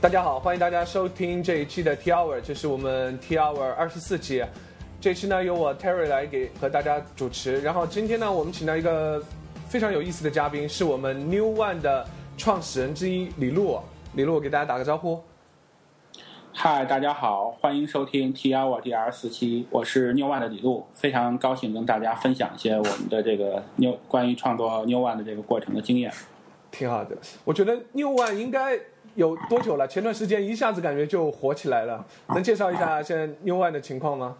大家好，欢迎大家收听这一期的 T Hour， 这是我们 T Hour 24期。这期呢由我 Terry 来和大家主持。然后今天呢，我们请到一个非常有意思的嘉宾，是我们 New One 的创始人之一李璐。李璐给大家打个招呼。 嗨，大家好，欢迎收听 T Hour 第24期，我是 New One 的李璐，非常高兴跟大家分享一些我们的这个关于创作 New One 的这个过程的经验。 挺好的，我觉得 New One 应该有多久了？前段时间一下子感觉就火起来了，能介绍一下现在 New One 的情况吗？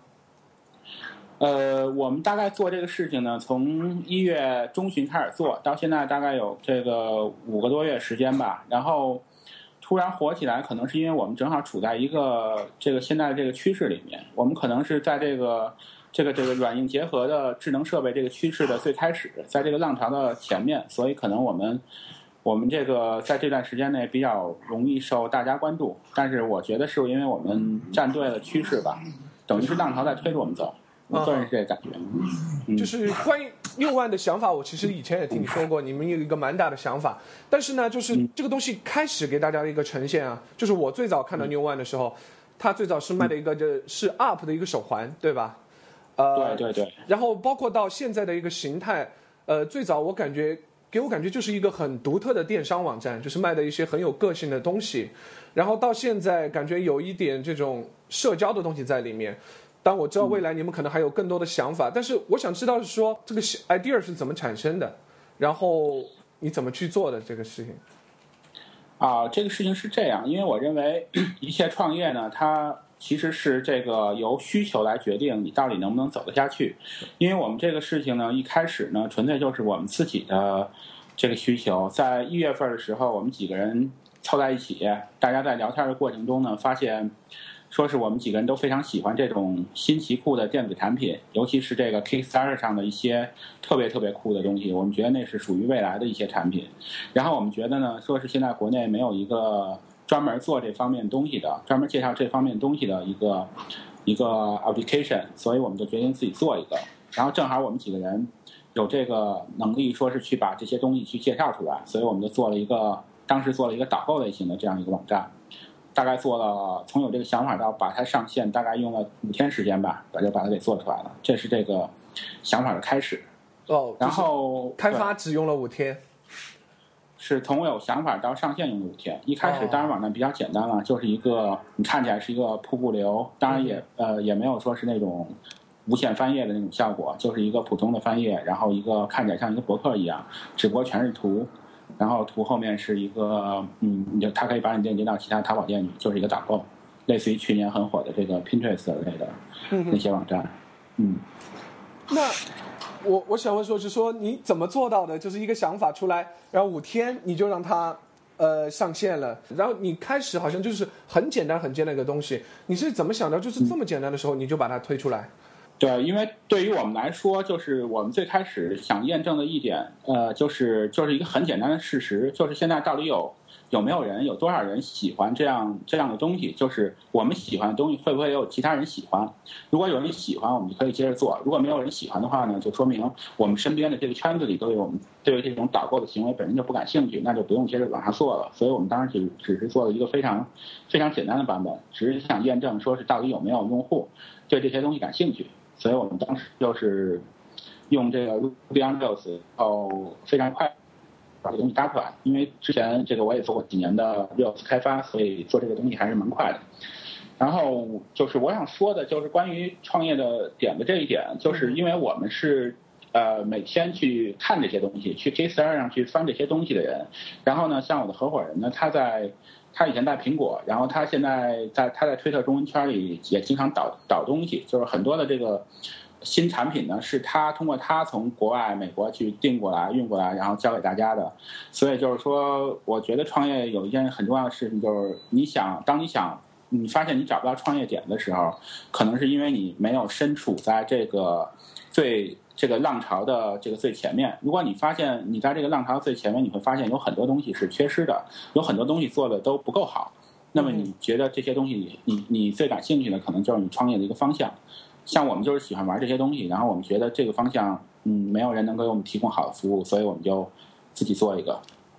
我们大概做这个事情呢，从1月中旬开始做，到现在大概有这个5个多月时间吧。然后突然火起来，可能是因为我们正好处在一个现在的这个趋势里面，我们可能是在这个软硬结合的智能设备这个趋势的最开始，在这个浪潮的前面，所以可能我们这个在这段时间内比较容易受大家关注。但是我觉得是因为我们站对了趋势吧，等于是浪潮在推着我们走。我个人是这个感觉。 就是关于 New One 的想法，我其实以前也听你说过，你们有一个蛮大的想法。但是呢，就是这个东西开始给大家的一个呈现啊，就是我最早看到 New One 的时候，它最早是卖的一个是 UP 的一个手环，对吧？ 对。 然后包括到现在的一个形态，最早给我感觉就是一个很独特的电商网站，就是卖的一些很有个性的东西。然后到现在感觉有一点这种社交的东西在里面。但我知道未来你们可能还有更多的想法，但是我想知道是说这个 idea 是怎么产生的，然后你怎么去做的这个事情。 这个事情是这样，因为我认为一切创业呢，它其实是这个由需求来决定你到底能不能走得下去。因为我们这个事情呢，一开始呢，纯粹就是我们自己的这个需求。在1月份的时候，我们几个人凑在一起，大家在聊天的过程中呢，发现说是我们几个人都非常喜欢这种新奇酷的电子产品，尤其是这个 Kickstarter 上的一些特别酷的东西，我们觉得那是属于未来的一些产品。然后我们觉得呢，说是现在国内没有一个专门做这方面东西的，专门介绍这方面东西的一个 application， 所以我们就决定自己做一个。然后正好我们几个人有这个能力，说是去把这些东西去介绍出来，所以我们就当时做了一个导购类型的这样一个网站。大概做了从有这个想法到把它上线，大概用了5天时间吧，把它给做出来了。这是这个想法的开始。然后开发只用了5天， 是从有想法到上线用了5天。一开始当然网站比较简单了，就是一个你看起来是一个瀑布流，当然也没有说是那种无限翻页的那种效果，就是一个普通的翻页，然后一个看起来像一个博客一样，只不过全是图。然后图后面是一个它可以把你链接到其他淘宝店里，就是一个导购，类似于去年很火的这个 Pinterest 类的那些网站。 那我想问说，是说你怎么做到的？就是一个想法出来，然后5天你就让它上线了，然后你开始好像就是很简单的一个东西，你是怎么想到就是这么简单的时候你就把它推出来？ 对，因为对于我们来说，就是我们最开始想验证的一点，就是一个很简单的事实，就是现在到底有没有多少人喜欢这样的东西，就是我们喜欢的东西会不会有其他人喜欢？如果有人喜欢，我们就可以接着做；如果没有人喜欢的话呢，就说明我们身边的这个圈子里都有我们对于这种导购的行为本身就不感兴趣，那就不用接着往下做了。所以我们当时只是做了一个非常简单的版本，只是想验证说是到底有没有用户对这些东西感兴趣。所以我们当时就是用这个 Ruby on Rails， 非常快把这个东西搭出来。因为之前这个我也做过几年的 Rails 开发，所以做这个东西还是蛮快的。然后就是我想说的，就是关于创业的点的这一点，就是因为我们是每天去看这些东西，去 Kickstarter 上去翻这些东西的人。然后呢，像我的合伙人呢，他以前在苹果，然后他现在他在推特中文圈里也经常导东西，就是很多的这个新产品呢，是他通过他从国外美国去订过来运过来，然后交给大家的。所以就是说，我觉得创业有一件很重要的事情，就是你发现你找不到创业点的时候，可能是因为你没有身处在这个浪潮的这个最前面。如果你发现你在这个浪潮最前面，你会发现有很多东西是缺失的，有很多东西做的都不够好。那么你觉得这些东西你最感兴趣的，可能就是你创业的一个方向。像我们就是喜欢玩这些东西，然后我们觉得这个方向没有人能给我们提供好的服务，所以我们就自己做一个。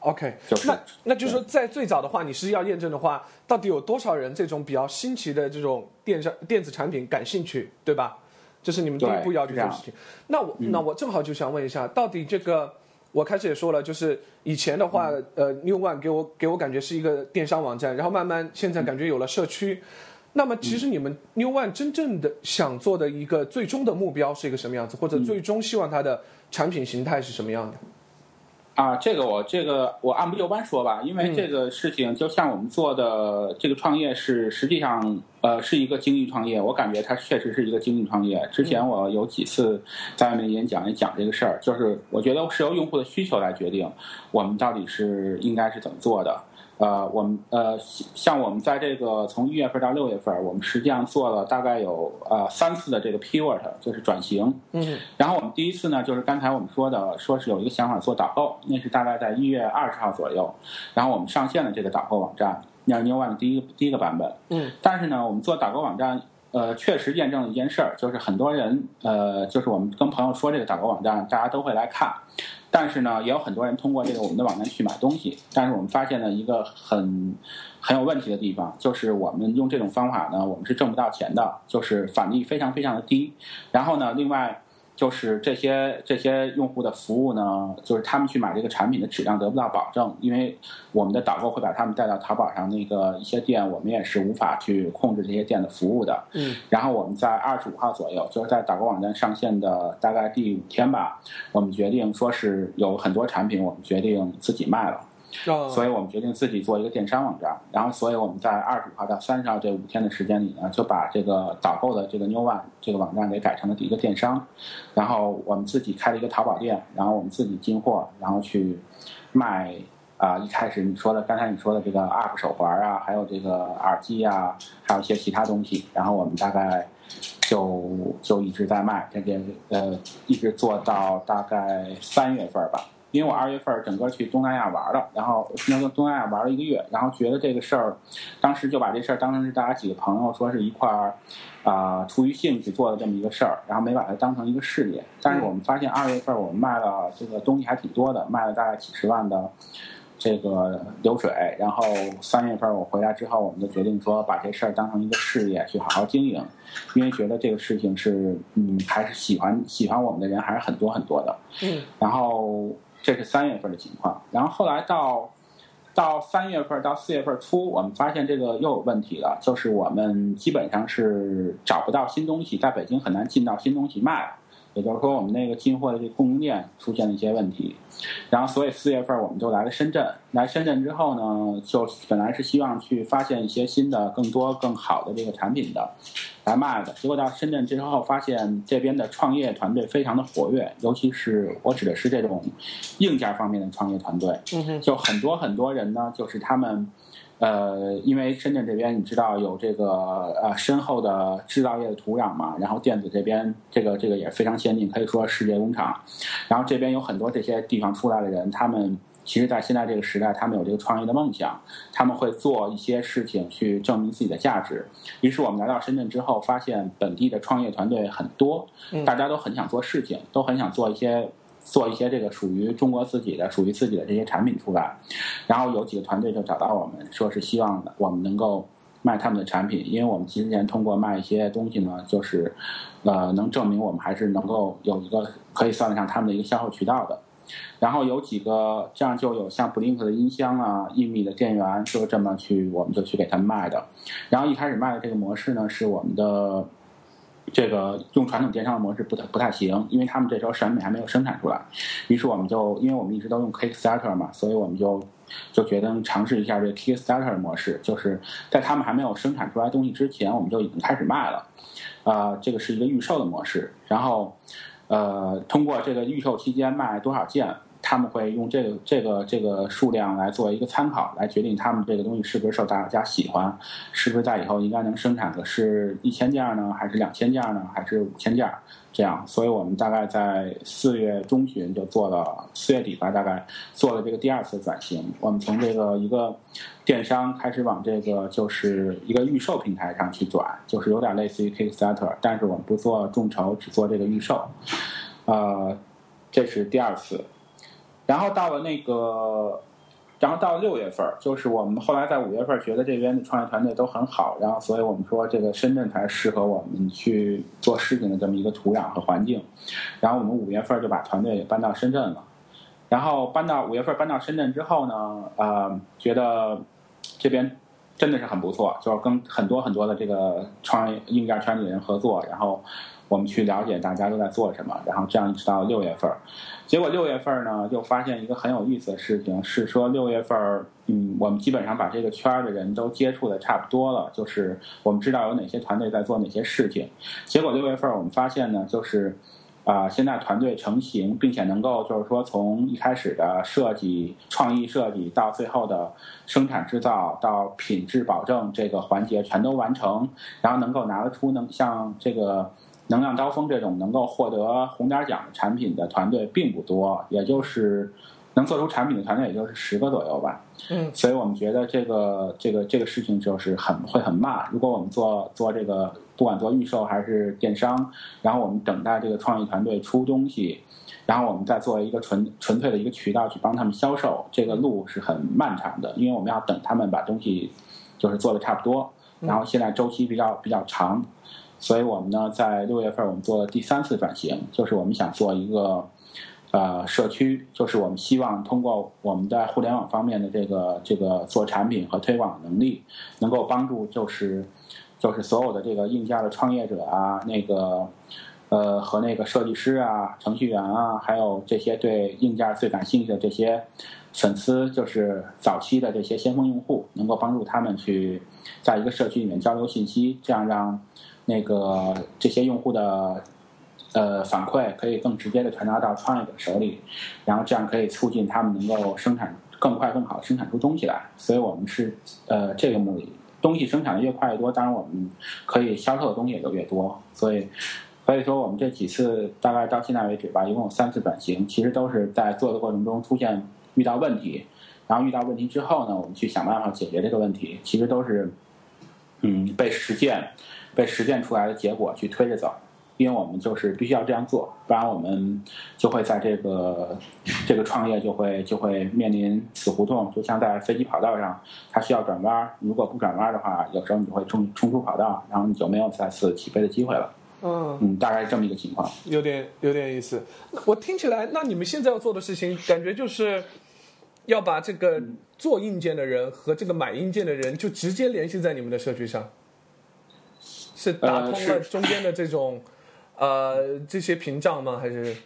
OK， 就是那就是说，在最早的话，你是要验证的话，到底有多少人这种比较新奇的这种电子产品感兴趣，对吧？这是你们第一步要去做的事情。那我正好就想问一下，到底这个我开始也说了，就是以前的话，New One 给我感觉是一个电商网站，然后慢慢现在感觉有了社区。那么其实你们 New One 真正的想做的一个最终的目标是一个什么样子，或者最终希望它的产品形态是什么样的？ 这个我按部就班说吧，因为这个事情就像我们做的这个创业是实际上是一个精益创业，我感觉它确实是一个精益创业。之前我有几次在外面演讲也讲这个事儿，就是我觉得是由用户的需求来决定我们到底是应该是怎么做的。我们像我们在这个从1月份到6月份，我们实际上做了大概有3次的这个 pivot， 就是转型。然后我们第一次呢，就是刚才我们说的，说是有一个想法做导购，那是大概在1月20号左右，然后我们上线了这个导购网站，那是 New One 的第一个版本。但是呢，我们做导购网站。确实验证了一件事儿，就是很多人就是我们跟朋友说这个导购网站，大家都会来看，但是呢，也有很多人通过这个我们的网站去买东西。但是我们发现了一个很有问题的地方，就是我们用这种方法呢，我们是挣不到钱的，就是返利非常非常的低。然后呢，另外就是这些用户的服务呢，就是他们去买这个产品的质量得不到保证，因为我们的导购会把他们带到淘宝上那个一些店，我们也是无法去控制这些店的服务的。然后我们在25号左右，就是在导购网站上线的大概第5天吧，我们决定说是有很多产品我们决定自己卖了。所以我们决定自己做一个电商网站，然后所以我们在25号到30号这5天的时间里呢，就把这个导购的这个 New One 这个网站给改成了一个电商，然后我们自己开了一个淘宝店，然后我们自己进货，然后去卖一开始刚才你说的这个 UP 手环啊，还有这个耳机啊，还有一些其他东西，然后我们大概就一直在卖，这边一直做到大概3月份吧。因为我2月份整个去东南亚玩了，然后东南亚玩了1个月，然后觉得这个事儿，当时就把这事儿当成是大家几个朋友说是一块儿出于兴趣做的这么一个事儿，然后没把它当成一个事业。但是我们发现2月份我们卖了这个东西还挺多的，卖了大概几十万的这个流水，然后3月份我回来之后，我们就决定说把这事儿当成一个事业去好好经营，因为觉得这个事情是还是喜欢我们的人还是很多很多的。然后这是3月份的情况，然后后来到3月份到4月份初，我们发现这个又有问题了，就是我们基本上是找不到新东西，在北京很难进到新东西卖了，也就是说我们那个进货的这个供应链出现了一些问题，然后所以4月份我们就来了深圳。来深圳之后呢，就本来是希望去发现一些新的更多更好的这个产品的来卖的，结果到深圳之后发现这边的创业团队非常的活跃，尤其是我指的是这种硬件方面的创业团队，就很多人呢，就是他们因为深圳这边你知道有这个深厚的制造业的土壤嘛，然后电子这边这个也非常先进，可以说世界工厂，然后这边有很多这些地方出来的人，他们其实在现在这个时代，他们有这个创业的梦想，他们会做一些事情去证明自己的价值。于是我们来到深圳之后，发现本地的创业团队很多，大家都很想做事情，都很想做一些这个属于中国自己的、属于自己的这些产品出来。然后有几个团队就找到我们，说是希望我们能够卖他们的产品，因为我们之前通过卖一些东西呢，就是能证明我们还是能够有一个可以算得上他们的一个销售渠道的。然后有几个这样就有像 Blink 的音箱啊、1米的电源，就这么我们就去给他们卖的。然后一开始卖的这个模式呢，是我们的这个用传统电商的模式不太行，因为他们这时候产品还没有生产出来。于是我们因为我们一直都用 Kickstarter 嘛，所以我们就决定尝试一下这个 Kickstarter 的模式，就是在他们还没有生产出来东西之前，我们就已经开始卖了。这个是一个预售的模式，然后通过这个预售期间卖多少件，他们会用这个数量来做一个参考，来决定他们这个东西是不是受大家喜欢，是不是在以后应该能生产的是1000件呢，还是2000件呢，还是5000件这样。所以我们大概在4月中旬就做了，4月底吧，大概做了这个第2次转型。我们从这个一个电商开始往这个就是一个预售平台上去转，就是有点类似于 Kickstarter， 但是我们不做众筹，只做这个预售。这是第2次。然后到了那个然后到6月份，就是我们后来在5月份觉得这边的创业团队都很好，然后所以我们说这个深圳才适合我们去做事情的这么一个土壤和环境。然后我们5月份就把团队也搬到深圳了。然后5月份搬到深圳之后呢，觉得这边真的是很不错，就是跟很多很多的这个创业硬件圈里的人合作，然后我们去了解大家都在做什么，然后这样一直到6月份。结果6月份呢，就发现一个很有意思的事情，是说6月份，我们基本上把这个圈的人都接触的差不多了，就是我们知道有哪些团队在做哪些事情。结果6月份我们发现呢，就是现在团队成型，并且能够就是说从一开始的设计、创意设计到最后的生产制造到品质保证这个环节全都完成，然后能够拿得出像这个能量刀锋这种能够获得红点奖的产品的团队并不多，也就是能做出产品的团队也就是10个左右吧。所以我们觉得这个事情就是会很慢。如果我们做这个，不管做预售还是电商，然后我们等待这个创意团队出东西，然后我们再做一个纯粹的一个渠道去帮他们销售，这个路是很漫长的，因为我们要等他们把东西就是做的差不多，然后现在周期比较长。所以我们呢，在6月份我们做了第3次转型，就是我们想做一个社区，就是我们希望通过我们在互联网方面的这个做产品和推广能力，能够帮助就是所有的这个硬件的创业者啊，和那个设计师啊、程序员啊，还有这些对硬件最感兴趣的这些粉丝，就是早期的这些先锋用户，能够帮助他们去在一个社区里面交流信息，这样让这些用户的反馈可以更直接的传达到创业者手里，然后这样可以促进他们能够生产更快更好生产出东西来。所以我们是这个目的，东西生产的越快越多，当然我们可以销售的东西也就越多。所以说我们这几次大概到现在为止吧，一共有3次转型，其实都是在做的过程中遇到问题，然后遇到问题之后呢，我们去想办法解决这个问题，其实都是被实践出来的结果去推着走。因为我们就是必须要这样做，不然我们就会在这个创业就会面临死胡同。就像在飞机跑道上，它需要转弯，如果不转弯的话，有时候你就会冲出跑道，然后你就没有再次起飞的机会了。大概是这么一个情况。 有点意思。我听起来，那你们现在要做的事情，感觉就是要把这个做硬件的人和这个买硬件的人就直接联系在你们的社区上，是打通了中间的这种。这些屏障吗？还是？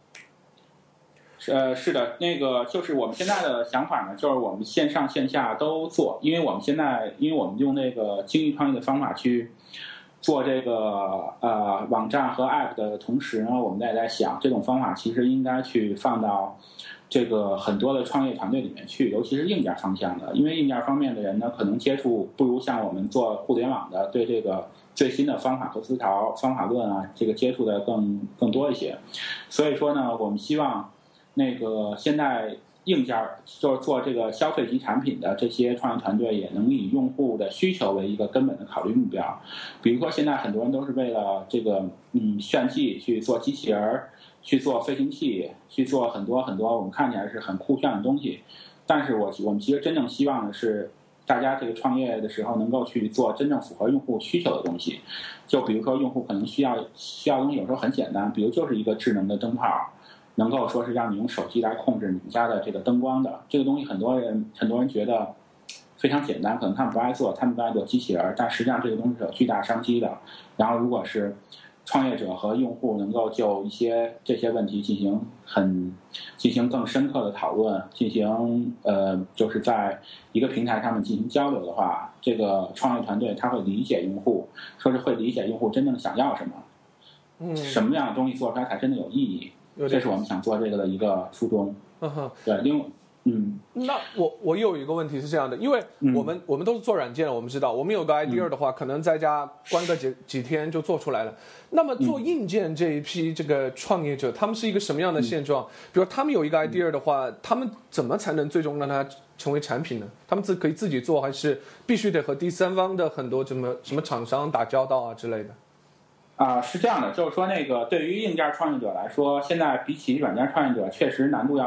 是的，就是我们现在的想法呢，就是我们线上线下都做，因为我们用那个精益创意的方法去做这个网站和 App 的同时呢，我们也在想，这种方法其实应该去放到这个很多的创业团队里面去，尤其是硬件方向的，因为硬件方面的人呢，可能接触不如像我们做互联网的对这个最新的方法和思潮、方法论啊，这个接触的更多一些。所以说呢，我们希望现在硬件就是做这个消费级产品的这些创业团队，也能以用户的需求为一个根本的考虑目标。比如说，现在很多人都是为了这个炫技去做机器人，去做飞行器，去做很多很多我们看起来是很酷炫的东西。但是我们其实真正希望的是，大家这个创业的时候能够去做真正符合用户需求的东西。就比如说，用户可能需要的东西有时候很简单，比如就是一个智能的灯泡，能够说是让你用手机来控制你们家的这个灯光的。这个东西很多人觉得非常简单，可能他们不爱做，他们不爱做机器人，但实际上这个东西是有巨大商机的。然后如果是创业者和用户能够就这些问题进行更深刻的讨论，就是在一个平台上面进行交流的话，这个创业团队他会理解用户，说是会理解用户真正想要什么，什么样的东西做出来才真的有意义。这是我们想做这个的一个初衷。对， 那我有一个问题是这样的，因为我们都是做软件的，我们知道我们有个 idea 的话，可能在家关个几天就做出来了。那么做硬件这一批这个创业者，他们是一个什么样的现状？比如他们有一个 idea 的话，他们怎么才能最终让它成为产品呢？他们可以自己做，还是必须得和第三方的很多什么厂商打交道啊之类的？ 是这样的，就是说对于硬件创业者来说，现在比起软件创业者确实难度要大，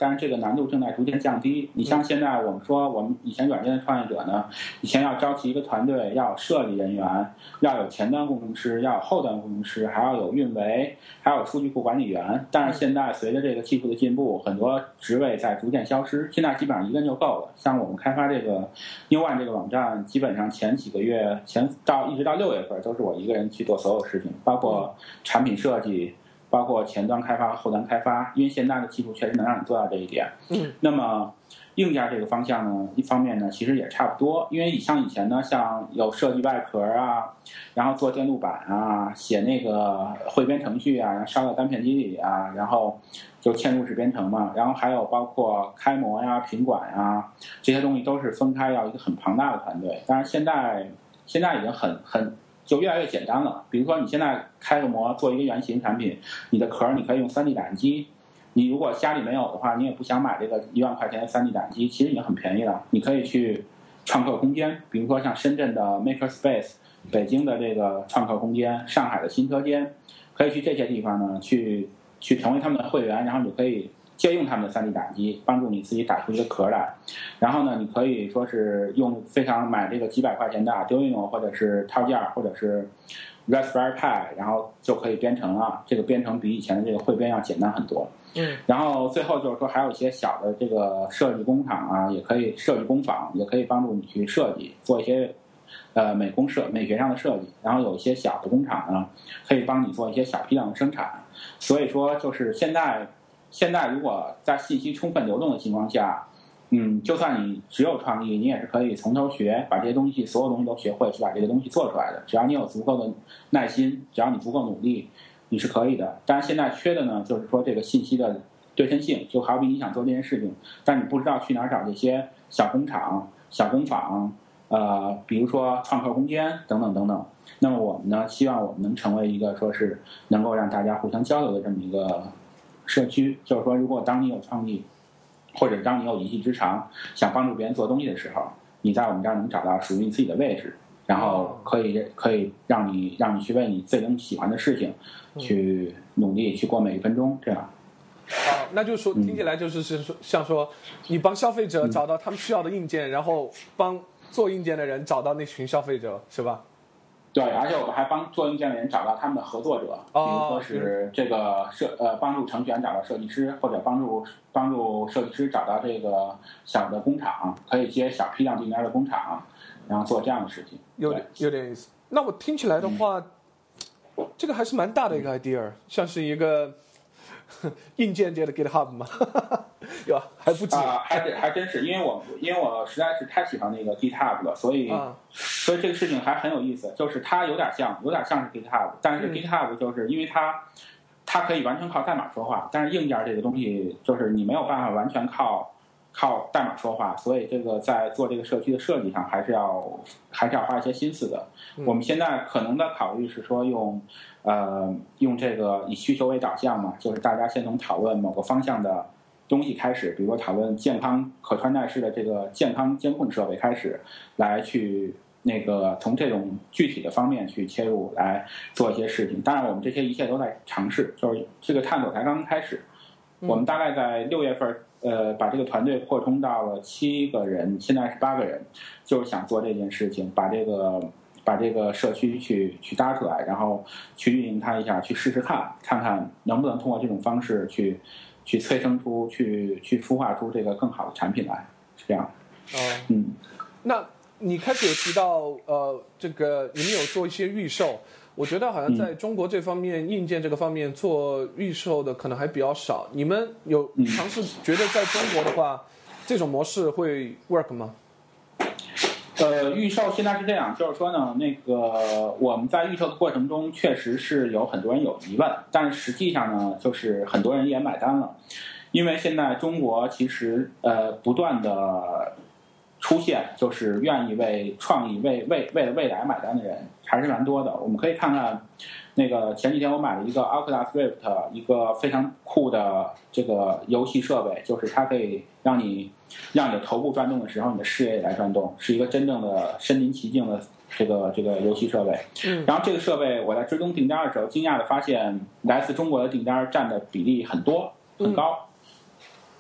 但是这个难度正在逐渐降低。你像现在我们说，我们以前软件的创业者呢，以前要召集一个团队，要有设计人员，要有前端工程师，要有后端工程师，还要有运维，还有数据库管理员。但是现在随着这个技术的进步，很多职位在逐渐消失，现在基本上一个人就够了。像我们开发这个 New1 这个网站，基本上前几个月一直到6月份都是我一个人去做所有事情，包括产品设计，包括前端开发、后端开发，因为现在的技术确实能让你做到这一点。那么硬件这个方向呢，一方面呢其实也差不多，因为像以前呢，像有设计外壳啊，然后做电路板啊，写那个汇编程序啊，然后烧到单片机里啊，然后就嵌入式编程嘛，然后还有包括开模呀、品管呀，这些东西都是分开要一个很庞大的团队。但是现在已经就越来越简单了。比如说你现在开个模做一个原型产品，你的壳你可以用 3D 打印机，你如果家里没有的话，你也不想买这个1万块钱的 3D 打印机，其实已经很便宜了。你可以去创客空间，比如说像深圳的 Maker Space， 北京的这个创客空间，上海的新车间，可以去这些地方呢去成为他们的会员，然后你可以借用他们的 3D 打印机，帮助你自己打出一个壳来。然后呢，你可以说是买这个几百块钱的 Arduino 或者是套件，或者是 Raspberry Pi， 然后就可以编程了。这个编程比以前的这个汇编要简单很多。然后最后就是说，还有一些小的这个设计工厂啊，也可以设计工坊，也可以帮助你去设计，做一些美学上的设计。然后有一些小的工厂呢，可以帮你做一些小批量的生产。所以说，就是现在如果在信息充分流动的情况下，就算你只有创意，你也是可以从头学，把这些东西所有东西都学会，去把这个东西做出来的。只要你有足够的耐心，只要你足够努力，你是可以的。但是现在缺的呢，就是说这个信息的对称性。就好比你想做这件事情，但你不知道去哪儿找这些小工厂、小工坊，比如说创客空间等等等等。那么我们呢，希望我们能成为一个说是能够让大家互相交流的这么一个社区。就是说，如果当你有创意，或者当你有一技之长，想帮助别人做东西的时候，你在我们这儿能找到属于你自己的位置，然后可以让你去为你最能喜欢的事情去努力，去过每一分钟，这样。 那就是说，听起来就是像说，你帮消费者找到他们需要的硬件，然后帮做硬件的人找到那群消费者，是吧？ 对，而且我们还帮做硬件的人找到他们的合作者，比如说是这个帮助程序员找到设计师，或者帮助设计师找到这个小的工厂，可以接小批量订单的工厂，然后做这样的事情。 有点意思。那我听起来的话，这个还是蛮大的一个 idea，像是一个硬件界的 GitHub 嘛，有还不止还真是，因为我实在是太喜欢那个 GitHub 了，所以这个事情还很有意思。就是它有点像是 GitHub， 但是 GitHub 就是因为它可以完全靠代码说话，但是硬件这个东西就是你没有办法完全靠代码说话，所以这个在做这个社区的设计上还是要花一些心思的。我们现在可能的考虑是说用这个以需求为导向嘛，就是大家先从讨论某个方向的东西开始，比如说讨论健康可穿戴式的这个健康监控设备开始，来去从这种具体的方面去切入来做一些事情。当然我们这些一切都在尝试，就是这个探索才刚刚开始。我们大概在6月份把这个团队扩充到了7个人，现在是8个人，就是想做这件事情，把这个社区去搭出来，然后去运营它一下，去试试看看能不能通过这种方式去催生出去孵化出这个更好的产品来，是这样。 那你开始有提到这个你们有做一些预售，我觉得好像在中国这方面硬件这个方面做预售的可能还比较少。你们有尝试觉得在中国的话，这种模式会 work 吗？ 预售现在是这样，就是说呢，我们在预售的过程中确实是有很多人有疑问，但是实际上呢，就是很多人也买单了，因为现在中国其实不断的出现，就是愿意为创意、为了未来买单的人还是蛮多的。我们可以看看前几天我买了一个 Oculus Rift， 一个非常酷的这个游戏设备，就是它可以让你的头部转动的时候，你的视野也来转动，是一个真正的身临其境的这个游戏设备。然后这个设备我在追踪订单的时候，惊讶的发现来自中国的订单占的比例很多很高。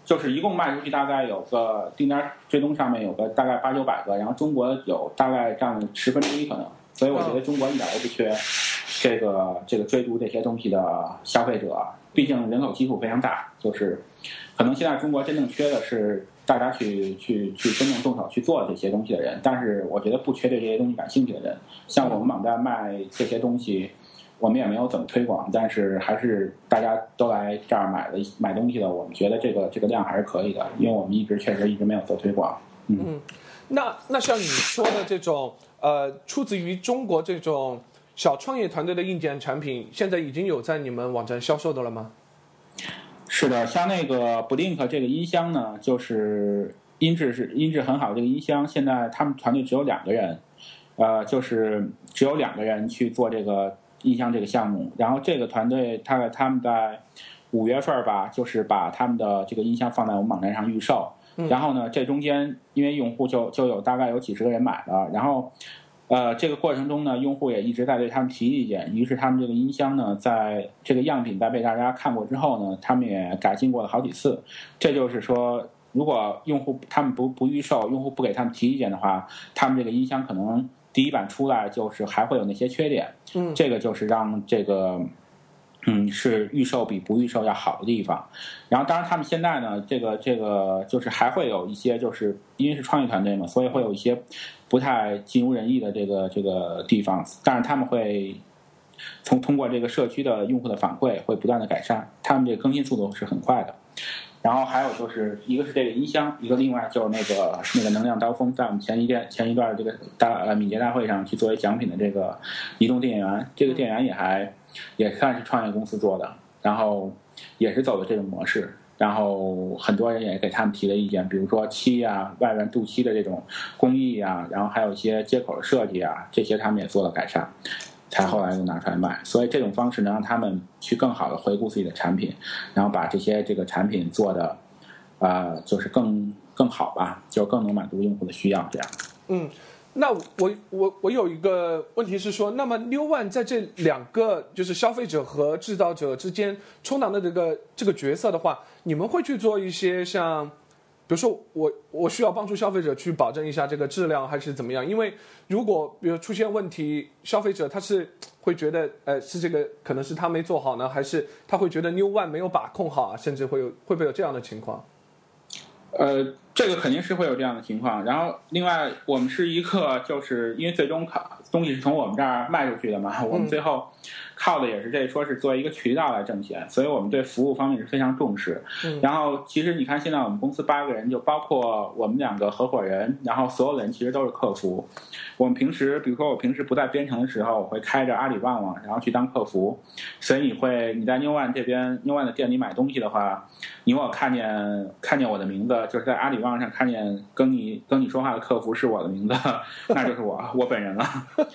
就是一共卖出去大概有个订单追踪上面有个大概800-900个，然后中国有大概占1/10可能，所以我觉得中国一点都不缺这个追逐这些东西的消费者，毕竟人口基数非常大，就是可能现在中国真正缺的是大家去真正动手去做这些东西的人，但是我觉得不缺对这些东西感兴趣的人。像我们网站卖这些东西，我们也没有怎么推广，但是还是大家都来这儿买东西的，我们觉得这个量还是可以的，因为我们确实一直没有做推广。 那像你说的这种出自于中国这种小创业团队的硬件产品，现在已经有在你们网站销售的了吗？ 是的，像那个 Blink 这个音箱呢，就是音质很好的这个音箱，现在他们团队只有2个人，就是只有2个人去做这个音箱这个项目。然后这个团队他们在5月份吧，就是把他们的这个音箱放在我们网站上预售。然后呢，这中间因为用户就有大概有几十个人买了，然后这个过程中呢，用户也一直在对他们提意见，于是他们这个音箱呢，在这个样品在被大家看过之后呢，他们也改进过了好几次。这就是说，如果用户他们不预售，用户不给他们提意见的话，他们这个音箱可能第一版出来就是还会有那些缺点。这个就是让这个是预售比不预售要好的地方。然后当然他们现在呢，这个就是还会有一些，就是因为是创意团队嘛，所以会有一些不太尽如人意的这个地方，但是他们会通过这个社区的用户的反馈会不断的改善，他们这个更新速度是很快的。然后还有就是一个是这个音箱，一个另外就是那个能量刀锋，在我们前一段这个敏捷大会上去作为奖品的这个移动电源，这个电源也算是创业公司做的，然后也是走的这种模式，然后很多人也给他们提了意见，比如说漆啊、外面镀漆的这种工艺啊，然后还有一些接口的设计啊，这些他们也做了改善，才后来又拿出来卖。所以这种方式能让他们去更好的回顾自己的产品，然后把这个产品做的就是更好吧，就更能满足用户的需要这样。 那我有一个问题是说，那么 New One 在这2个就是消费者和制造者之间充当的这个角色的话，你们会去做一些像，比如说我需要帮助消费者去保证一下这个质量还是怎么样？因为如果比如出现问题，消费者他是会觉得是这个可能是他没做好呢，还是他会觉得 New One 没有把控好啊，甚至会不会有这样的情况？ 这个肯定是会有这样的情况。然后另外我们是一个，就是因为最终东西是从我们这儿卖出去的嘛，我们最后靠的也是说是作为一个渠道来挣钱，所以我们对服务方面是非常重视。然后其实你看现在我们公司8个人，就包括我们2个合伙人，然后所有人其实都是客服。我们平时比如说我平时不在编程的时候，我会开着阿里旺旺然后去当客服，所以你在 New One 这边 New One 的店里买东西的话，你如果看见我的名字，就是在阿里旺上看见跟你说话的客服是我的名字，那就是我本人了。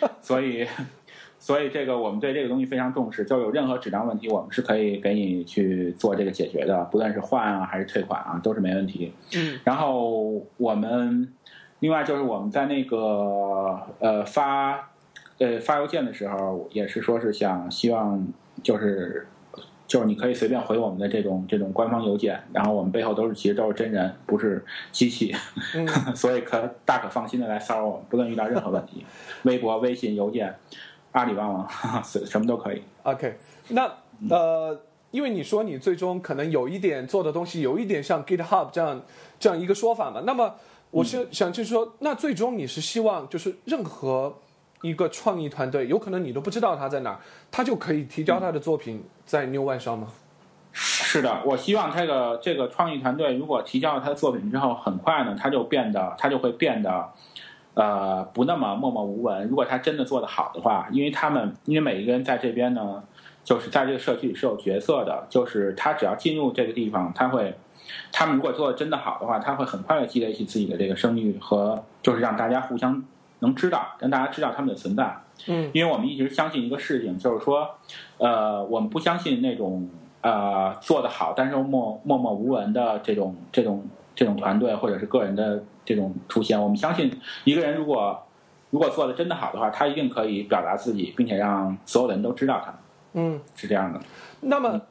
所以这个我们对这个东西非常重视，就有任何质量问题，我们是可以给你去做这个解决的，不论是换啊还是退款啊，都是没问题。然后我们另外就是我们在那个发邮件的时候，也是说是希望就是你可以随便回我们的这种官方邮件，然后我们背后其实都是真人，不是机器，所以大可放心的来骚扰我们，不论遇到任何问题，微博、微信、邮件、阿里旺旺，什么都可以。 OK， 那因为你说你最终可能有一点做的东西有一点像 GitHub 这样一个说法嘛，那么我是想就是说，那最终你是希望就是任何一个创意团队，有可能你都不知道他在哪儿，他就可以提交他的作品在 New One 上吗？ 是的，我希望这个创意团队如果提交了他的作品之后，很快呢，他就会变得不那么默默无闻。如果他真的做得好的话，因为每一个人在这边呢，就是在这个社区里是有角色的，就是他只要进入这个地方，他们如果做得真的好的话，他会很快的积累起自己的这个声誉和就是让大家互相能知道，让大家知道他们的存在。因为我们一直相信一个事情，就是说，我们不相信那种做得好但是又默默无闻的这种团队或者是个人的这种出现。我们相信一个人如果做得真的好的话，他一定可以表达自己，并且让所有人都知道他。是这样的。 那么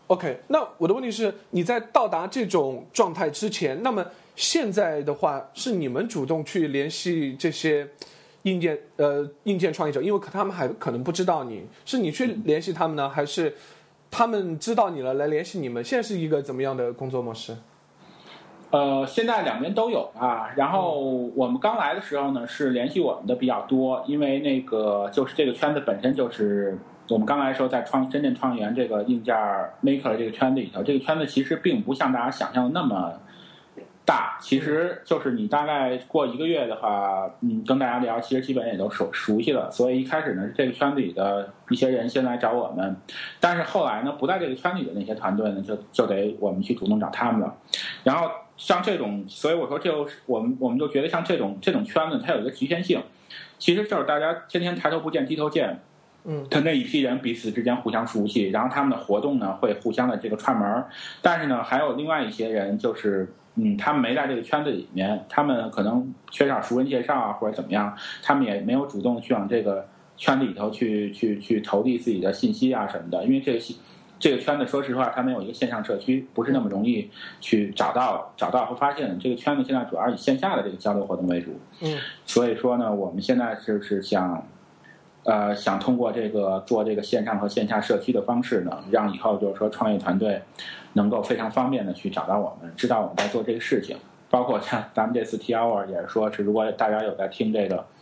OK，那我的问题是，你在到达这种状态之前，那么现在的话是你们主动去联系这些硬件创业者，因为他们还可能不知道你，是你去联系他们呢，还是他们知道你了来联系你们？现在是一个怎么样的工作模式？ 现在两边都有啊。然后我们刚来的时候呢，是联系我们的比较多，因为那个就是这个圈子本身就是我们刚来的时候在深圳创研这个硬件 maker 这个圈子里头，这个圈子其实并不像大家想象的那么大，其实就是你大概过1个月的话，跟大家聊，其实基本也都熟悉了。所以一开始呢，这个圈子里的一些人先来找我们，但是后来呢，不在这个圈里的那些团队呢，就得我们去主动找他们了。然后像这种，所以我说我们就觉得像这种圈子，它有一个局限性，其实就是大家天天抬头不见低头见。他那一批人彼此之间互相熟悉，然后他们的活动呢会互相的这个串门，但是呢还有另外一些人就是他们没在这个圈子里面，他们可能缺少熟人介绍啊或者怎么样，他们也没有主动去往这个圈子里头去投递自己的信息啊什么的，因为这个圈子说实话它没有一个线上社区，不是那么容易去找到和发现的。这个圈子现在主要以线下的这个交流活动为主，所以说呢我们现在就是想通过做这个线上和线下社区的方式呢，让以后就是说创业团队能够非常方便的去找到我们，知道我们在做这个事情。包括像咱们这次 T Hour 也是说，如果大家有在听这个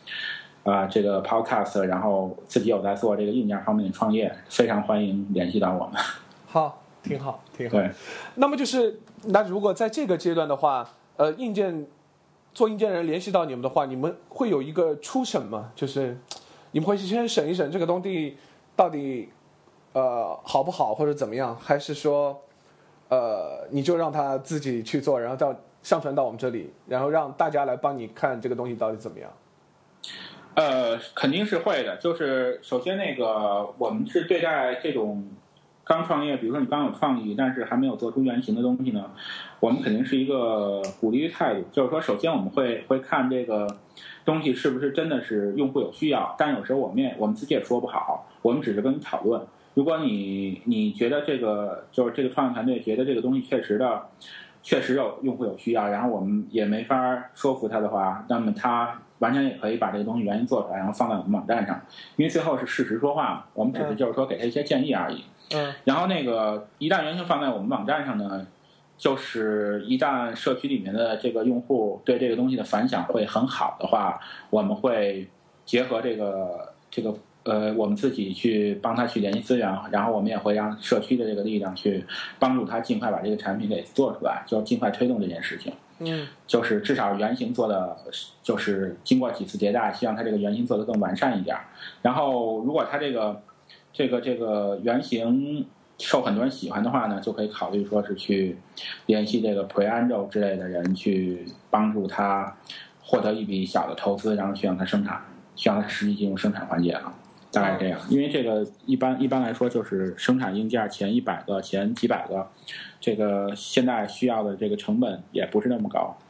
podcast， 然后自己有在做这个硬件方面的创业，非常欢迎联系到我们。 好，挺好。 对， 那么那如果在这个阶段的话，做硬件人联系到你们的话，你们会有一个初审吗？就是你们会先审一审这个东西到底好不好或者怎么样，还是说你就让他自己去做，然后上传到我们这里，然后让大家来帮你看这个东西到底怎么样？ 肯定是会的。就是首先我们是对待这种刚创业，比如说你刚有创意，但是还没有做出原型的东西呢，我们肯定是一个鼓励的态度。就是说，首先我们会看这个东西是不是真的是用户有需要，但有时候我们自己也说不好，我们只是跟你讨论。如果你觉得这个创业团队觉得这个东西确实有用户有需要，然后我们也没法说服他的话，那么他完全也可以把这个东西原型做出来，然后放在我们网站上，因为最后是事实说话嘛，我们只是就是说给他一些建议而已。然后一旦原型放在我们网站上呢，就是一旦社区里面的这个用户对这个东西的反响会很好的话，我们会结合我们自己去帮他去联系资源，然后我们也会让社区的这个力量去帮助他尽快把这个产品给做出来，就尽快推动这件事情。就是至少原型做的，就是经过几次迭代，希望它这个原型做得更完善一点。然后如果它这个原型受很多人喜欢的话呢，就可以考虑说是去联系这个 Pre-Angel 之类的人去帮助他获得一笔小的投资，然后去让他生产，去让他实际进入生产环节了。大概是这样，因为这个一般来说就是生产硬件前100个、前几百个，这个现在需要的这个成本也不是那么高。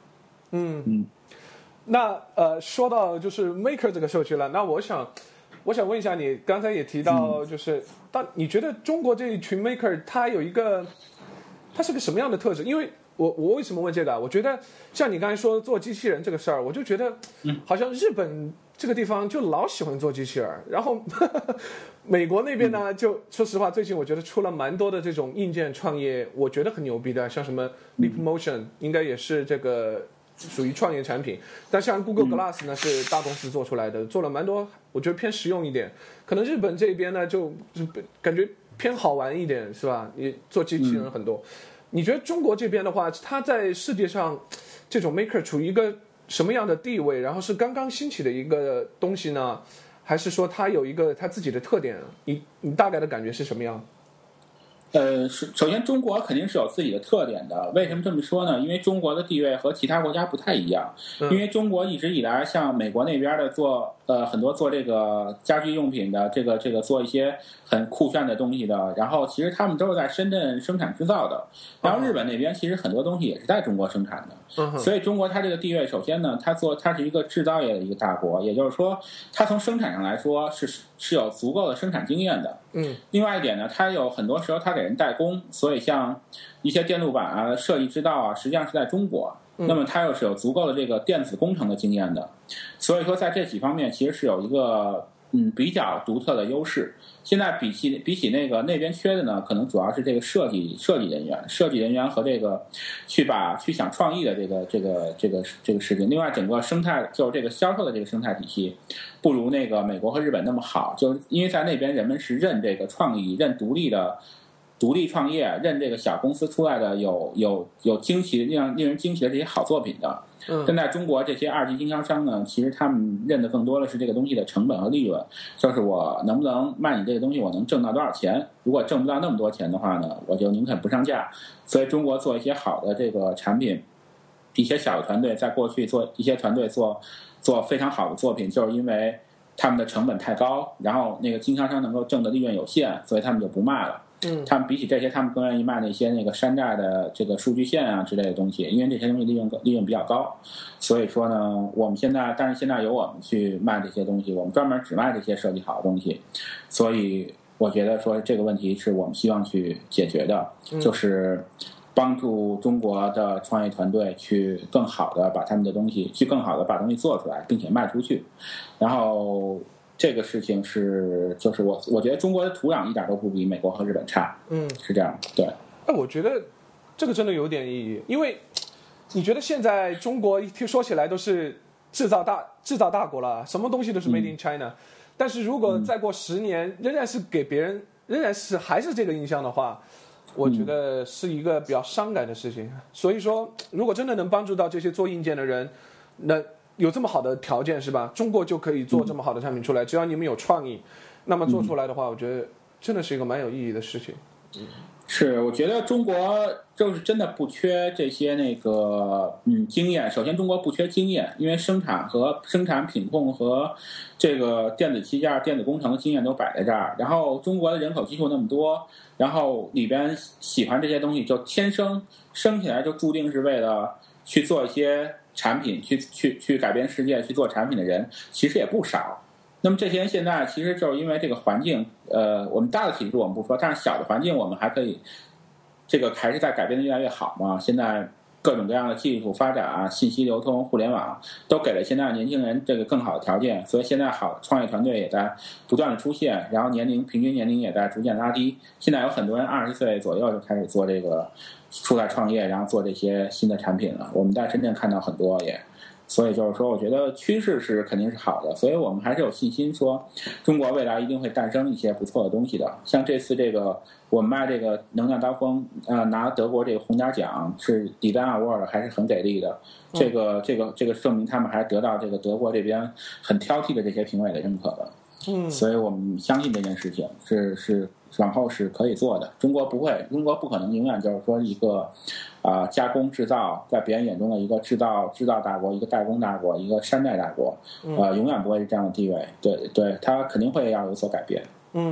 那说到就是 Maker 这个社区了，那我想问一下你，刚才也提到就是你觉得中国这一群 Maker 它是个什么样的特质？因为我为什么问这个？我觉得像你刚才说做机器人这个事儿，我就觉得好像日本这个地方就老喜欢做机器人，然后美国那边呢，就说实话，最近我觉得出了蛮多的这种硬件创业，我觉得很牛逼的，像什么 Leapmotion 应该也是这个属于创业产品，但像 Google Glass 呢是大公司做出来的，做了蛮多，我觉得偏实用一点。可能日本这边呢就感觉偏好玩一点，是吧？你做机器人很多。你觉得中国这边的话，它在世界上这种 maker 处于一个什么样的地位？然后是刚刚兴起的一个东西呢，还是说它有一个它自己的特点？你大概的感觉是什么样？ 首先中国肯定是有自己的特点的。为什么这么说呢？因为中国的地位和其他国家不太一样。因为中国一直以来像美国那边的做很多做这个家居用品的，这个做一些很酷炫的东西的，然后其实他们都是在深圳生产制造的。然后日本那边其实很多东西也是在中国生产的，所以中国它这个地位，首先呢，它是一个制造业的一个大国，也就是说，它从生产上来说是有足够的生产经验的。另外一点呢，它有很多时候它给人代工，所以像一些电路板啊、设计制造啊，实际上是在中国。那么它又是有足够的这个电子工程的经验的，所以说在这几方面其实是有一个比较独特的优势。现在比起那边缺的呢，可能主要是这个设计人员和这个去想创意的这个事情。另外，整个生态就是这个销售的这个生态体系，不如那个美国和日本那么好，就是因为在那边人们是认这个创意、认独立创业，认这个小公司出来的有惊奇令人惊奇的这些好作品的。但在中国这些二级经销商呢，其实他们认的更多的是这个东西的成本和利润，就是我能不能卖你这个东西，我能挣到多少钱。如果挣不到那么多钱的话呢，我就宁肯不上架。所以中国做一些好的这个产品，一些小的团队在过去做一些团队做非常好的作品，就是因为他们的成本太高，然后那个经销商能够挣的利润有限，所以他们就不卖了。他们比起这些，他们更愿意卖那些那个山寨的这个数据线啊之类的东西，因为这些东西利润比较高。所以说呢，但是现在由我们去卖这些东西，我们专门只卖这些设计好的东西。所以我觉得说这个问题是我们希望去解决的，就是帮助中国的创业团队去更好的把他们的东西把东西做出来，并且卖出去。然后这个事情就是我觉得中国的土壤一点都不比美国和日本差，是这样，对。 我觉得这个真的有点意义，因为你觉得现在中国说起来都是制造大国了，什么东西都是 Made in China，但是如果再过10年仍然是给别人还是这个印象的话，我觉得是一个比较伤感的事情。所以说，如果真的能帮助到这些做硬件的人，那有这么好的条件是吧？中国就可以做这么好的产品出来，只要你们有创意，那么做出来的话，我觉得真的是一个蛮有意义的事情。 是，我觉得中国就是真的不缺这些那个经验。首先，中国不缺经验，因为生产品控和这个电子器件、电子工程的经验都摆在这儿。然后，中国的人口基数那么多，然后里边喜欢这些东西，就天生起来就注定是为了去做一些产品，去改变世界，去做产品的人，其实也不少。那么这些人现在其实就是因为这个环境，我们大的体制我们不说，但是小的环境我们还可以，这个还是在改变的越来越好嘛。现在各种各样的技术发展啊，信息流通、互联网都给了现在年轻人这个更好的条件，所以现在好创业团队也在不断的出现，然后平均年龄也在逐渐拉低。现在有很多人20岁左右就开始做这个出来创业，然后做这些新的产品了。我们在深圳看到很多也。所以就是说，我觉得趋势是肯定是好的，所以我们还是有信心说，中国未来一定会诞生一些不错的东西的。像这次这个我们卖这个能量刀锋，拿德国这个红点奖是 Design Award 还是很给力的。这个证明他们还得到这个德国这边很挑剔的这些评委的认可的。所以我们相信这件事情是往后是可以做的。中国不可能永远就是说一个加工制造在别人眼中的一个制造大国，一个代工大国，一个山寨大国，永远不会是这样的地位。对，它肯定会要有所改变。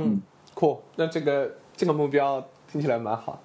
cool。那这个目标听起来蛮好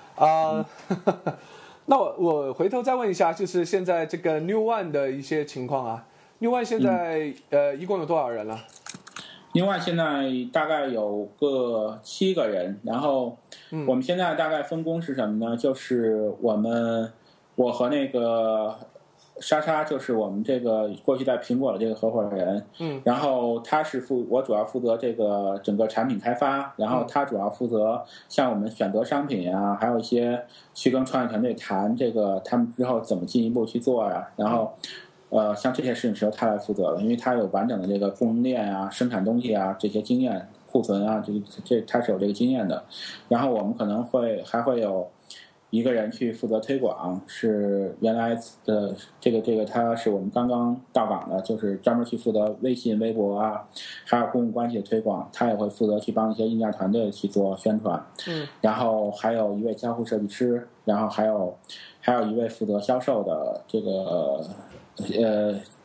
那我回头再问一下，就是现在这个 New One 的一些情况啊。New One 现在一共有多少人了？ 另外，现在大概有个7个人，然后我们现在大概分工是什么呢？就是我和那个莎，就是我们这个过去在苹果的这个合伙人，然后我主要负责这个整个产品开发，然后他主要负责像我们选择商品啊，还有一些去跟创业团队谈这个他们之后怎么进一步去做呀，然后。像这些事情是由他来负责的，因为他有完整的这个供应链啊、生产东西啊这些经验、库存啊，他是有这个经验的。然后我们可能还会有一个人去负责推广，是原来的这个他是我们刚刚到岗的，就是专门去负责微信、微博啊，还有公共关系的推广，他也会负责去帮一些硬件团队去做宣传。然后还有一位交互设计师，然后还有一位负责销售的这个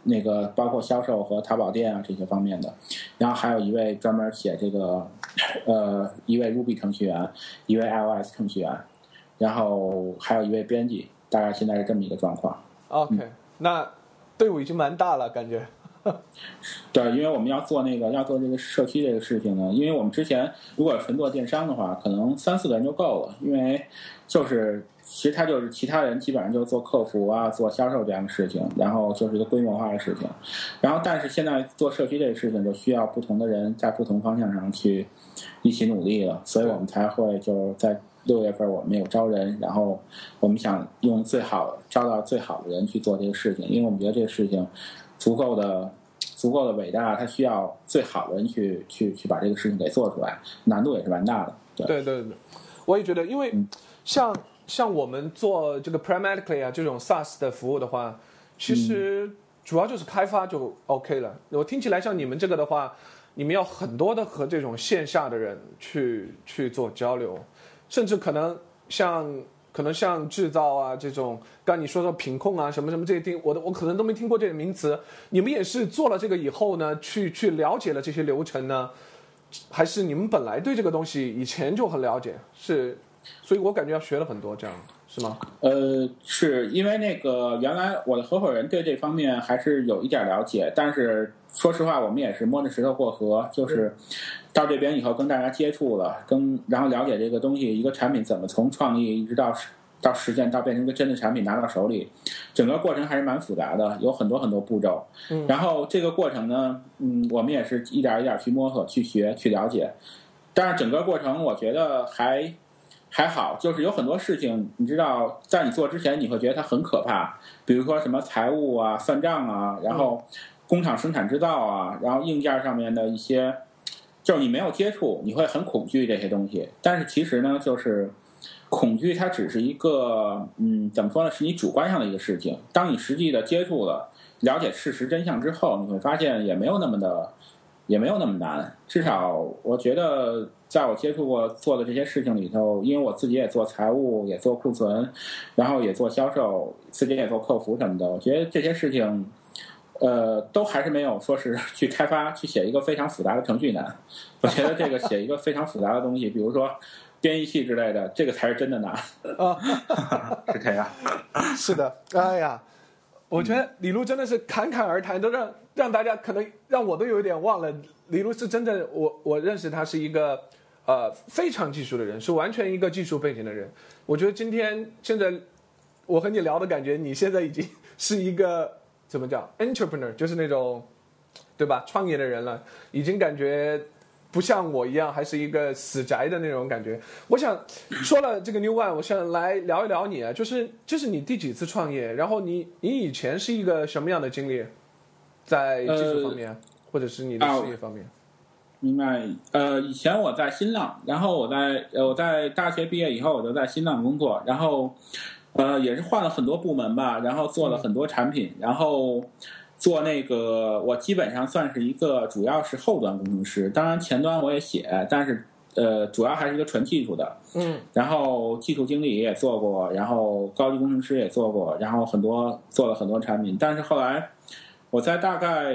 那个包括销售和淘宝店啊这些方面的，然后还有一位专门写这个一位 Ruby 程序员，一位 iOS 程序员，然后还有一位编辑，大概现在是这么一个状况。 OK，那队伍已经蛮大了，感觉。 对，因为我们要做这个社区这个事情呢，因为我们之前如果纯做电商的话，可能3-4个人就够了，因为其实他就是其他人基本上就是做客服啊、做销售这样的事情，然后就是一个规模化的事情。然后但是现在做社区这个事情就需要不同的人在不同方向上去一起努力了，所以我们才会就在6月份我们有招人，然后我们想用招到最好的人去做这个事情，因为我们觉得这个事情足够的伟大，它需要最好的人去把这个事情给做出来，难度也是蛮大的。 对，我也觉得，因为像我们做这个 Pragmatically 啊这种 SaaS 的服务的话，其实主要就是开发就 OK 了。我听起来像你们这个的话，你们要很多的和这种线下的人去做交流，甚至可能像制造啊这种，刚你说的品控啊什么什么这些我可能都没听过这个名词。你们也是做了这个以后呢，去了解了这些流程呢，还是你们本来对这个东西以前就很了解？所以我感觉要学了很多，这样是吗？ 是因为那个原来我的合伙人对这方面还是有一点了解，但是说实话，我们也是摸着石头过河，就是到这边以后跟大家接触了，然后了解这个东西，一个产品怎么从创意一直到实践，到变成一个真的产品拿到手里，整个过程还是蛮复杂的，有很多很多步骤。然后这个过程呢，我们也是一点一点去摸索、去学、去了解。但是整个过程我觉得还好，就是有很多事情，你知道，在你做之前，你会觉得它很可怕，比如说什么财务啊、算账啊，然后工厂生产制造啊，然后硬件上面的一些，就是你没有接触，你会很恐惧这些东西。但是其实呢，就是恐惧它只是一个，怎么说呢，是你主观上的一个事情。当你实际的接触了、了解事实真相之后，你会发现也没有那么难。至少我觉得，在我接触过做的这些事情里头，因为我自己也做财务，也做库存，然后也做销售，自己也做客服什么的，我觉得这些事情都还是没有说是去开发去写一个非常复杂的程序难。我觉得这个写一个非常复杂的东西，比如说编译器之类的，这个才是真的难。是这样。 是的，哎呀，我觉得李璐真的是侃侃而谈，都让大家可能让我都有点忘了，李璐是真的，我认识他是一个非常技术的人，是完全一个技术背景的人。我觉得现在我和你聊的感觉，你现在已经是一个怎么叫 entrepreneur， 就是那种对吧创业的人了，已经感觉不像我一样还是一个死宅的那种感觉。我想说了这个 New One， 我想来聊一聊你啊，就是这是你第几次创业？然后你以前是一个什么样的经历，在技术方面，或者是你的事业方面？ 明白。以前我在新浪，然后我在大学毕业以后，我就在新浪工作，然后也是换了很多部门吧，然后做了很多产品，然后做那个我基本上算是一个主要是后端工程师，当然前端我也写，但是主要还是一个纯技术的。然后技术经理也做过，然后高级工程师也做过，然后做了很多产品，但是后来我在大概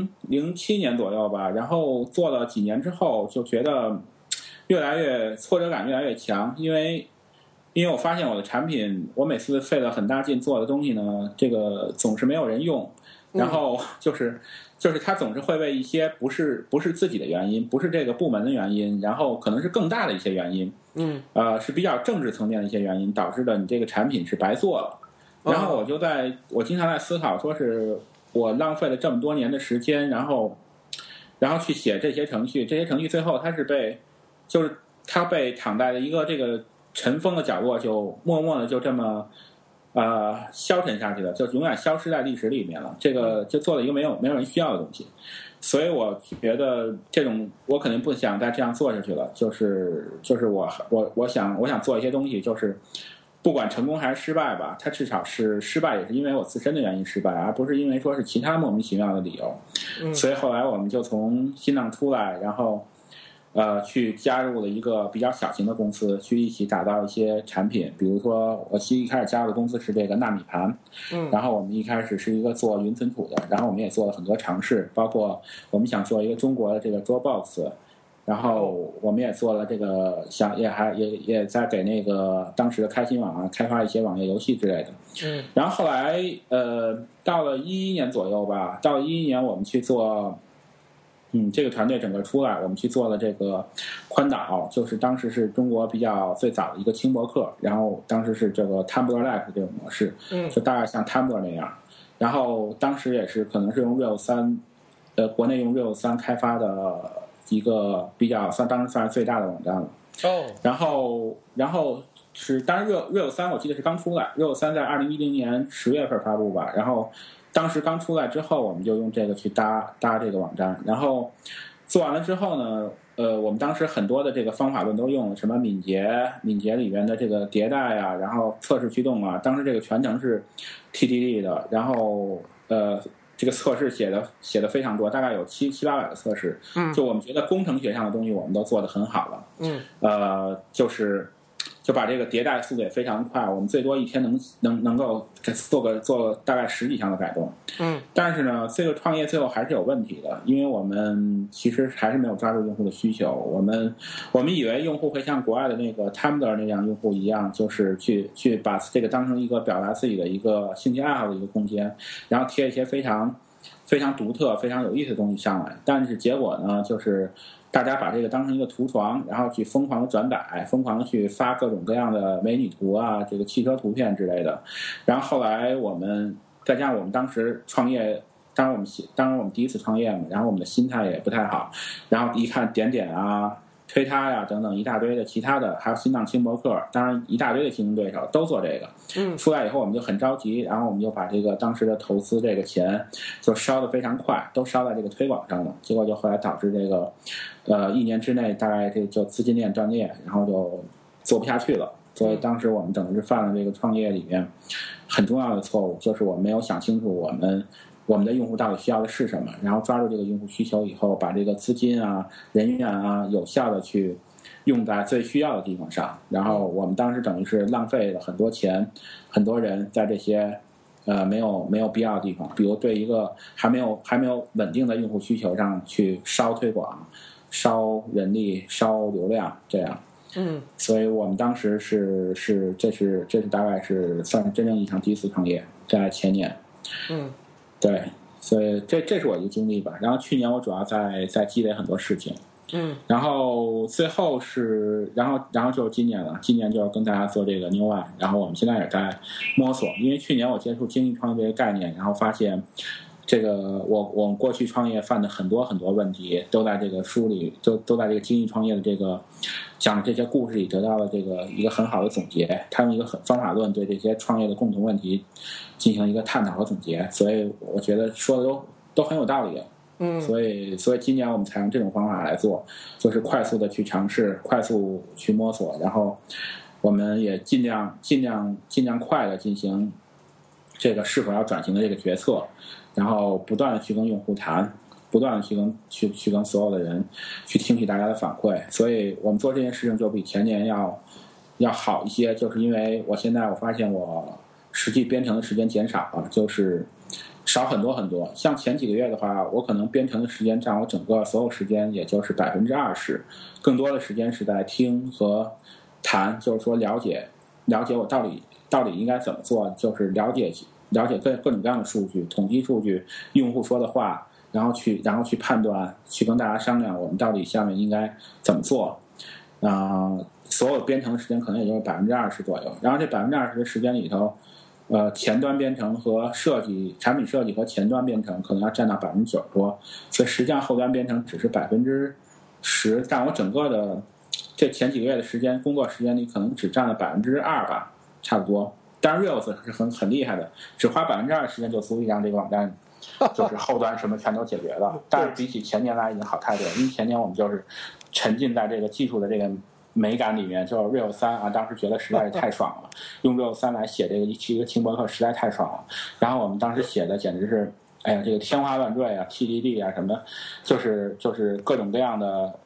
07年左右吧，然后做了几年之后，就觉得越来越挫折感越来越强，因为我发现我的产品，我每次费了很大劲做的东西呢，这个总是没有人用，然后就是它总是会为一些不是自己的原因，不是这个部门的原因，然后可能是更大的一些原因，是比较政治层面的一些原因导致的，你这个产品是白做了。然后我经常在思考，说是我浪费了这么多年的时间，然后去写这些程序，最后它被躺在了一个这个尘封的角落，就默默的就这么消沉下去了，就永远消失在历史里面了。这个就做了一个没有人需要的东西，所以我觉得我肯定不想再这样做下去了。就是我想做一些东西，就是不管成功还是失败吧，它至少是失败也是因为我自身的原因失败，而不是因为说是其他莫名其妙的理由。所以后来我们就从新浪出来，然后去加入了一个比较小型的公司，去一起打造一些产品。比如说，我其实一开始加入的公司是这个纳米盘，然后我们一开始是一个做云存储的，然后我们也做了很多尝试，包括我们想做一个中国的这个 Dropbox， 然后我们也做了这个，也在给那个当时的开心网开发一些网页游戏之类的。然后后来到了2011年左右吧，到了2011年我们去做。这个团队整个出来，我们去做了这个宽导，就是当时是中国比较最早的一个轻博客，然后当时是这个 Tumblr-like 这种模式，就大概像 Tumblr 那样，然后当时也是可能是用 Rails 3，国内用 Rails 3开发的一个比较当时算是最大的网站了。然后是当然 Rails 3我记得是刚出来 ，Rails 3在2010年10月份发布吧，然后。当时刚出来之后，我们就用这个去搭这个网站，然后做完了之后呢，我们当时很多的这个方法论都用了，什么敏捷里面的这个迭代啊，然后测试驱动啊，当时这个全程是 TDD 的，然后这个测试写的非常多，大概有700-800个测试，就我们觉得工程学上的东西我们都做得很好了，就把这个迭代速度也非常快，我们最多一天能够做大概10几项的改动。但是呢，这个创业最后还是有问题的，因为我们其实还是没有抓住用户的需求。我们以为用户会像国外的那个 Tumblr 那样用户一样，就是去把这个当成一个表达自己的一个兴趣爱好的一个空间，然后贴一些非常非常独特、非常有意思的东西上来。但是结果呢，就是大家把这个当成一个图床，然后去疯狂的转载，疯狂的去发各种各样的美女图啊，这个汽车图片之类的。然后后来我们再加上我们当时创业，当然我们第一次创业嘛，然后我们的心态也不太好，然后一看点啊、推他呀等等一大堆的其他的，还有新浪轻博客，当然一大堆的竞争对手都做这个。出来以后我们就很着急，然后我们就把这个当时的投资这个钱就烧得非常快，都烧在这个推广上了。结果就后来导致这个1年之内大概这就资金链断裂，然后就做不下去了。所以当时我们等于是犯了这个创业里面很重要的错误，就是我们没有想清楚我们的用户到底需要的是什么，然后抓住这个用户需求以后，把这个资金啊、人员啊有效的去用在最需要的地方上。然后我们当时等于是浪费了很多钱、很多人在这些没有必要的地方，比如对一个还没有稳定的用户需求上去烧推广、烧人力、烧流量这样。所以我们当时这是大概是算是真正意义上第一次创业，在前年。对，所以这是我一个经历吧。然后去年我主要在积累很多事情。然后最后是，然后就是今年了。今年就要跟大家做这个 New One， 然后我们现在也在摸索。因为去年我接触精益创业这个概念，然后发现这个我们过去创业犯的很多问题，都在这个书里，都在这个精益创业的这个讲的这些故事里得到了这个一个很好的总结。他用一个方法论对这些创业的共同问题进行一个探讨和总结，所以我觉得说的都很有道理。所以今年我们采用这种方法来做，就是快速的去尝试，快速去摸索，然后我们也尽量快的进行这个是否要转型的这个决策，然后不断的去跟用户谈，不断的去跟所有的人去听取大家的反馈。所以我们做这件事情就比前年要好一些，就是因为我发现我实际编程的时间减少了，就是少很多。像前几个月的话，我可能编程的时间占我整个所有时间也就是20%，更多的时间是在听和谈，就是说了解我到底应该怎么做，就是了解各种各样的数据、统计数据、用户说的话，然后去判断，去跟大家商量我们到底下面应该怎么做。所有编程的时间可能也就是20%左右，然后这20%的时间里头。前端编程和产品设计和前端编程可能要占到90%多，所以实际上后端编程只是10%，但我整个的这前几个月的时间工作时间里可能只占了2%吧，差不多。但是 Rails 是很厉害的，只花2%时间就足以让这个网站就是后端什么全都解决了。但是比起前年来已经好太多了，因为前年我们就是沉浸在这个技术的这个美感里面，就是 Rails 3当时觉得实在是太爽了，用 Rails 3来写这个一个轻博客实在太爽了。然后我们当时写的简直是，哎呀，这个天花乱坠啊 ，TDD 啊什么的，就是各种各样的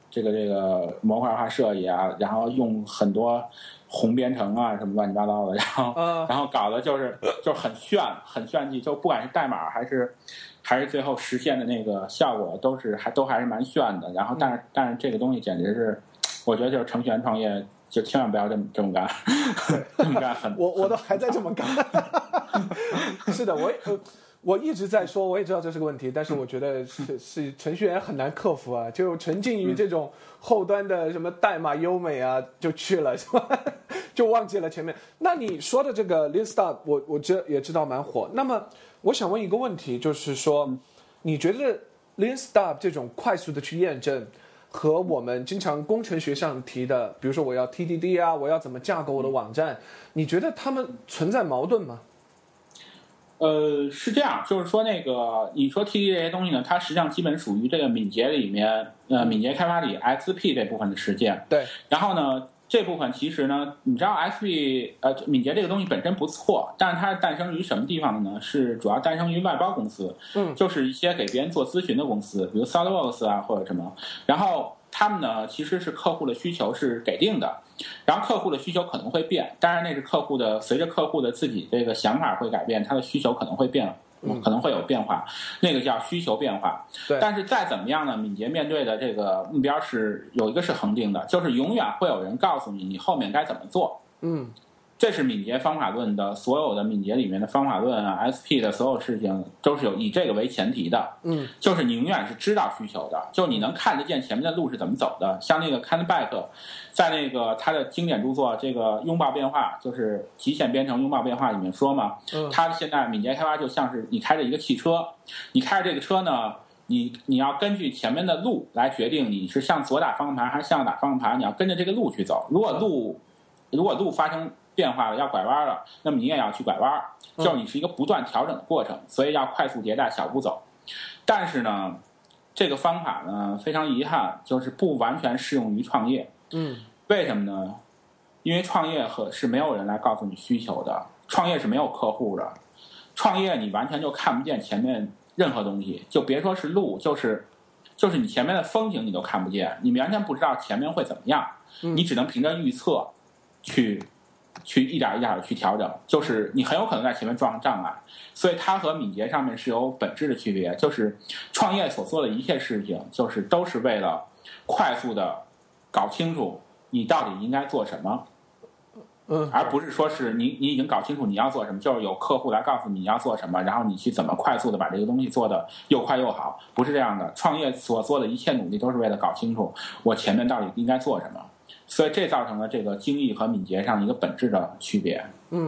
这个模块化设计啊，然后用很多红编程啊什么乱七八糟的，然后搞的就是很炫技，就不管是代码还是最后实现的那个效果都还是蛮炫的。然后但是这个东西简直是，我觉得就是程序员创业就千万不要这么干，这么干我都还在这么干。是的，我一直在说，我也知道这是个问题，但是我觉得是程序员很难克服啊，就沉浸于这种后端的什么代码优美啊，就去了，是吧？就忘记了前面。那你说的这个 Lean Startup， 我也知道蛮火。那么我想问一个问题，就是说，你觉得 Lean Startup 这种快速的去验证，和我们经常工程学上提的，比如说我要 TDD 啊，我要怎么架构我的网站，你觉得他们存在矛盾吗？ 是这样，就是说那个你说 TDD 这些东西呢，它实际上基本属于这个敏捷里面，敏捷开发里 XP 这部分的实践。 对。 然后呢，这部分其实呢，你知道 XP 敏捷这个东西本身不错，但是它是诞生于什么地方的呢？是主要诞生于外包公司，就是一些给别人做咨询的公司，比如 SolidWorks 啊或者什么。然后他们呢，其实是客户的需求是给定的。然后客户的需求可能会变，当然那是随着客户的自己这个想法会改变，他的需求可能会变，可能会有变化，那个叫需求变化。 对。 但是再怎么样呢，敏捷面对的这个目标是有一个是恒定的，就是永远会有人告诉你后面该怎么做。这是敏捷方法论的所有的敏捷里面的方法论啊 ，SP 的所有事情都是以这个为前提的。就是你永远是知道需求的，就你能看得见前面的路是怎么走的。像那个 Kanbeck 在那个他的经典著作这个拥抱变化，就是极限编程拥抱变化里面说嘛，他现在敏捷开发就像是你开着一个汽车，你开着这个车呢，你要根据前面的路来决定你是向左打方向盘还是向右打方向盘，你要跟着这个路去走。如果路发生变化了，要拐弯了，那么你也要去拐弯，就是你是一个不断调整的过程，所以要快速迭代，小步走。但是呢，这个方法呢非常遗憾，就是不完全适用于创业。为什么呢？因为创业是没有人来告诉你需求的，创业是没有客户的，创业你完全就看不见前面任何东西，就别说是路，就是你前面的风景你都看不见，你完全不知道前面会怎么样，你只能凭着预测去一点一点的去调整，就是你很有可能在前面撞上障碍，所以它和敏捷上面是有本质的区别。就是创业所做的一切事情，就是都是为了快速的搞清楚你到底应该做什么，而不是说是你已经搞清楚你要做什么，就是有客户来告诉你要做什么，然后你去怎么快速的把这个东西做得又快又好，不是这样的。创业所做的一切努力都是为了搞清楚我前面到底应该做什么。所以这造成了这个精益和敏捷上一个本质的区别。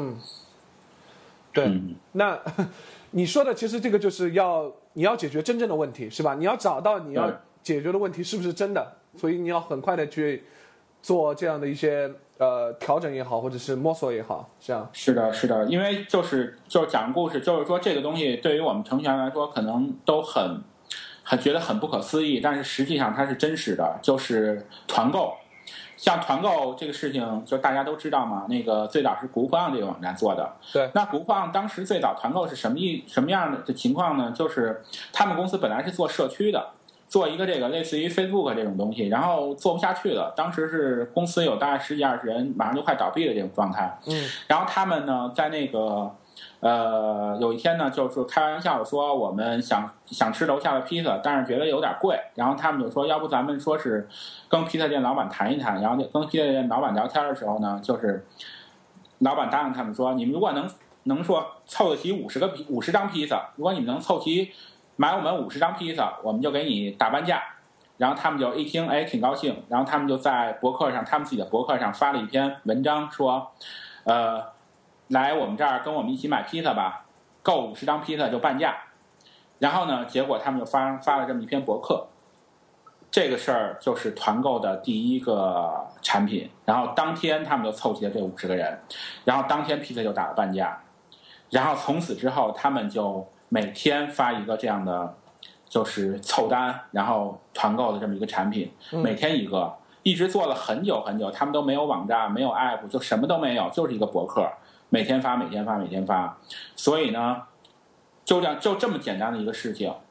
对。那你说的其实这个就是你要解决真正的问题，是吧？你要找到你要解决的问题是不是真的，所以你要很快的去做这样的一些调整也好，或者是摸索也好，这样。 是的，因为就是讲故事，就是说这个东西对于我们程序员来说，可能都很觉得很不可思议，但是实际上它是真实的，就是团购。像团购这个事情，就大家都知道嘛，那个最早是谷歌这个网站做的。 对。 那谷歌当时最早团购是什么样的情况呢？就是他们公司本来是做社区的，做一个这个类似于 Facebook 这种东西，然后做不下去了。当时是公司有大概10几20人，马上就快倒闭的这种状态。然后他们呢，在那个有一天呢，就是开玩笑说我们想吃楼下的披萨，但是觉得有点贵，然后他们就说要不咱们说是跟披萨店老板谈一谈，然后跟披萨店老板聊天的时候呢，就是老板答应他们说，你们如果能说凑得齐50张披萨，如果你们能凑齐买我们50张披萨，我们就给你打半价。然后他们就一听，哎，挺高兴，然后他们就在他们自己的博客上发了一篇文章，说来我们这儿跟我们一起买披萨吧，够50张披萨就半价。然后呢，结果他们就发了这么一篇博客。这个事儿就是团购的第一个产品，然后当天他们就凑齐了这50个人，然后当天披萨就打了半价，然后从此之后他们就每天发一个这样的就是凑单然后团购的这么一个产品，每天一个，一直做了很久很久，他们都没有网站没有 app， 就什么都没有，就是一个博客，每天发。所以呢就这么简单的一个事情，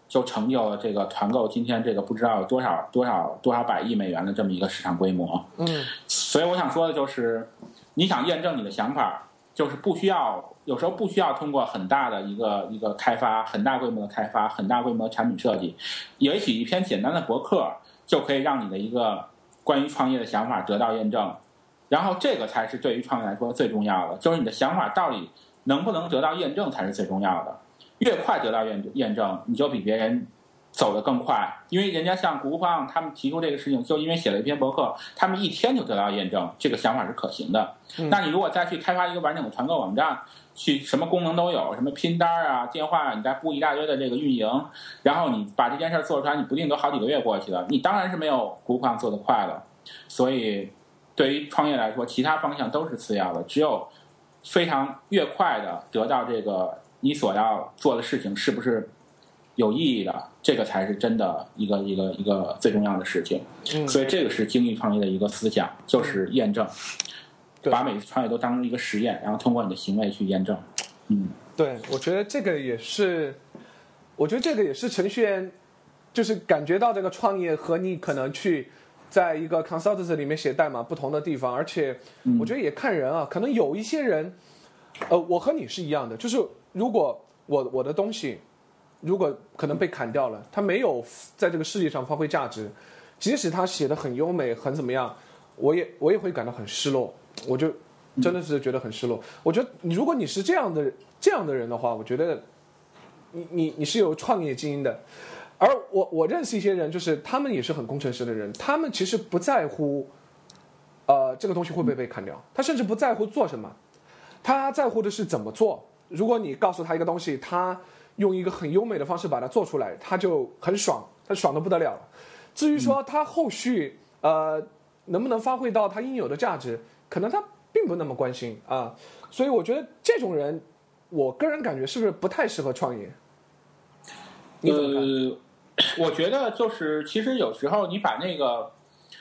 就成就了这个团购今天这个不知道有多少百亿美元的这么一个市场规模。所以我想说的就是，你想验证你的想法，就是有时候不需要通过很大的一个开发，很大规模的开发，很大规模的产品设计，也许一篇简单的博客就可以让你的一个关于创业的想法得到验证。然后这个才是对于创业来说最重要的，就是你的想法到底能不能得到验证才是最重要的。越快得到验证，你就比别人走得更快。因为人家像谷歌方他们提出这个事情，就因为写了一篇博客，他们一天就得到验证，这个想法是可行的。那你如果再去开发一个完整的团购网站，去什么功能都有，什么拼单啊、电话，你再布一大堆的这个运营，然后你把这件事做出来，你不定都好几个月过去了，你当然是没有谷歌做得快了。所以对于创业来说，其他方向都是次要的，只有非常越快的得到这个你所要做的事情是不是有意义的，这个才是真的一个最重要的事情。所以这个是精益创业的一个思想，就是验证，把每次创业都当成一个实验，然后通过你的行为去验证。 对，我觉得这个也是程序员，就是感觉到这个创业和你可能去在一个 consultancy 里面写代码不同的地方，而且我觉得也看人啊，可能有一些人，我和你是一样的，就是如果我的东西如果可能被砍掉了，它没有在这个世界上发挥价值，即使它写的很优美很怎么样，我也会感到很失落，我就真的是觉得很失落。我觉得如果你是这样的人的话，我觉得你是有创业基因的。而我认识一些人，就是他们也是很工程师的人，他们其实不在乎这个东西会不会被砍掉，他甚至不在乎做什么，他在乎的是怎么做。如果你告诉他一个东西，他用一个很优美的方式把它做出来，他就很爽，他爽得不得了了。至于说他后续能不能发挥到他应有的价值，可能他并不那么关心啊。所以我觉得这种人，我个人感觉是不是不太适合创业？你怎么看？ 我觉得就是其实有时候你把那个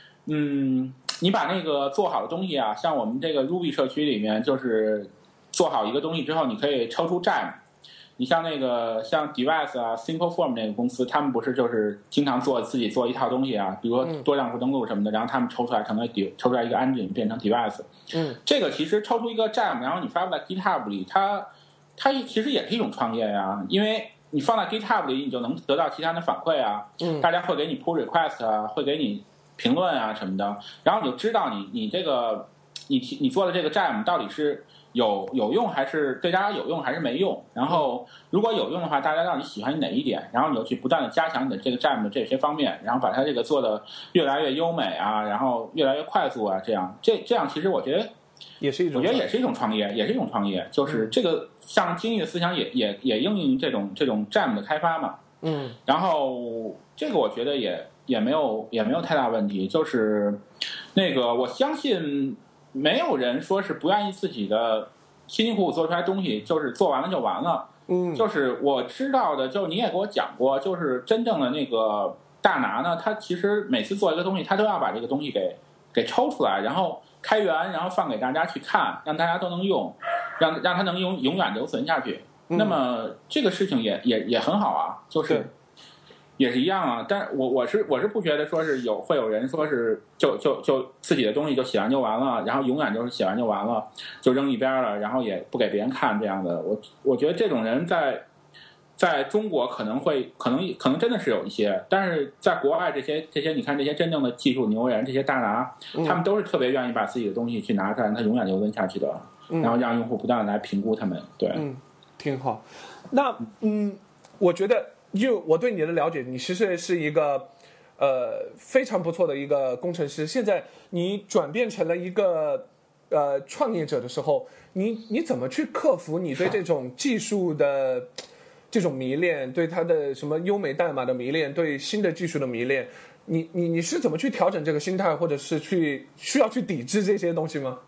做好的东西啊，像我们这个 Ruby 社区里面，就是做好一个东西之后，你可以抽出债。你像像 Device 啊 ，SimpleForm 那个公司，他们不是就是经常自己做一套东西啊，比如说多账户登录什么的，然后他们抽出来一个 engine 变成 Device。这个其实抽出一个 gem， 然后你发布在 GitHub 里，它其实也是一种创业呀，因为你放在 GitHub 里，你就能得到其他的反馈啊，大家会给你 pull request 啊，会给你评论啊什么的，然后你就知道你这个你做的这个 gem 到底是有用还是对大家有用还是没用，然后如果有用的话，大家到底喜欢你哪一点，然后你就去不断的加强你的这个 gem 的这些方面，然后把它这个做的越来越优美啊，然后越来越快速啊，这样其实我觉得也是一种创业，就是这个像精益的思想也应用于这种 gem 的开发嘛。然后这个我觉得也没有太大问题，就是我相信没有人说是不愿意自己的辛辛苦苦做出来东西就是做完了就完了。就是我知道的，就你也给我讲过，就是真正的那个大拿呢，他其实每次做一个东西，他都要把这个东西给抽出来，然后开源，然后放给大家去看，让大家都能用，让它能永远留存下去。那么这个事情也很好啊，就是也是一样啊。但我是不觉得说是会有人说是就自己的东西就写完就完了，然后永远就是写完就完了，就扔一边了，然后也不给别人看这样的。我觉得这种人在中国可能真的是有一些，但是在国外这些你看这些真正的技术牛人，这些大拿，他们都是特别愿意把自己的东西去拿出来，让它永远留存下去的，然后让用户不断的来评估他们。对， 挺好。那我觉得就我对你的了解，你其实是一个非常不错的一个工程师。现在你转变成了一个创业者的时候，你怎么去克服你对这种技术的这种迷恋，对它的什么优美代码的迷恋，对新的技术的迷恋？你是怎么去调整这个心态，或者是需要去抵制这些东西吗？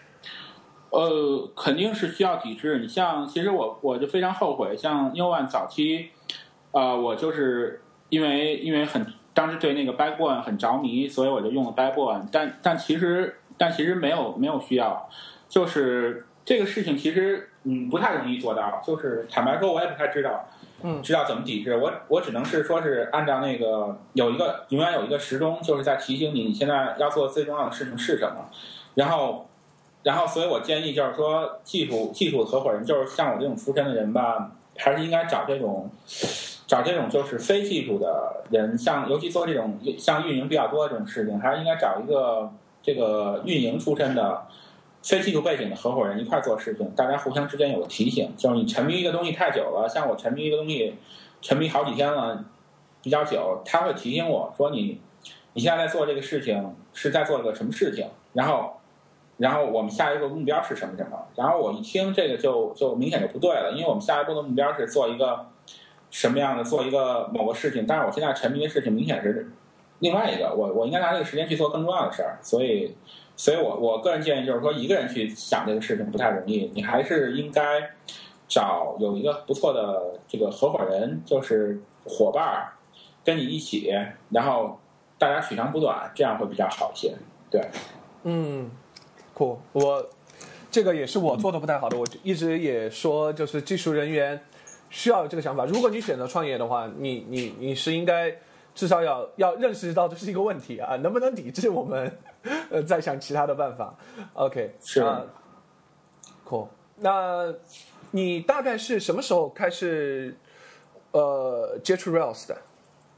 肯定是需要抵制。你像，其实我就非常后悔，像 New1 早期，我就是因为当时对那个 Backbone 很着迷，所以我就用了 Backbone， 但其实没有需要，就是这个事情其实不太容易做到。就是坦白说，我也不太知道，知道怎么抵制。我只能是说是按照那个永远有一个时钟，就是在提醒你现在要做最重要的事情是什么。然后，所以我建议就是说，技术的合伙人，就是像我这种出身的人吧，还是应该找这种就是非技术的人，尤其做这种像运营比较多的这种事情，还是应该找一个这个运营出身的非技术背景的合伙人一块做事情，大家互相之间有个提醒。就是你沉迷一个东西太久了，像我沉迷一个东西沉迷好几天了，比较久，他会提醒我说你现在在做这个事情是在做个什么事情，然后我们下一步目标是什么，然后我一听这个就明显就不对了，因为我们下一步的目标是做一个什么样的，做一个某个事情，但是我现在沉迷的事情明显是另外一个，我应该拿这个时间去做更重要的事儿，所以我个人建议就是说，一个人去想这个事情不太容易，你还是应该找有一个不错的这个合伙人，就是伙伴跟你一起，然后大家取长补短，这样会比较好一些。对， 酷，我这个也是我做的不太好的，我一直也说，就是技术人员需要有这个想法。如果你选择创业的话，你是应该至少要认识到这是一个问题啊，能不能抵制我们再想其他的办法。OK， 是酷。那你大概是什么时候开始接触 Rails 的？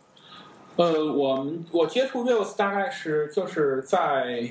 我接触 Rails 大概就是在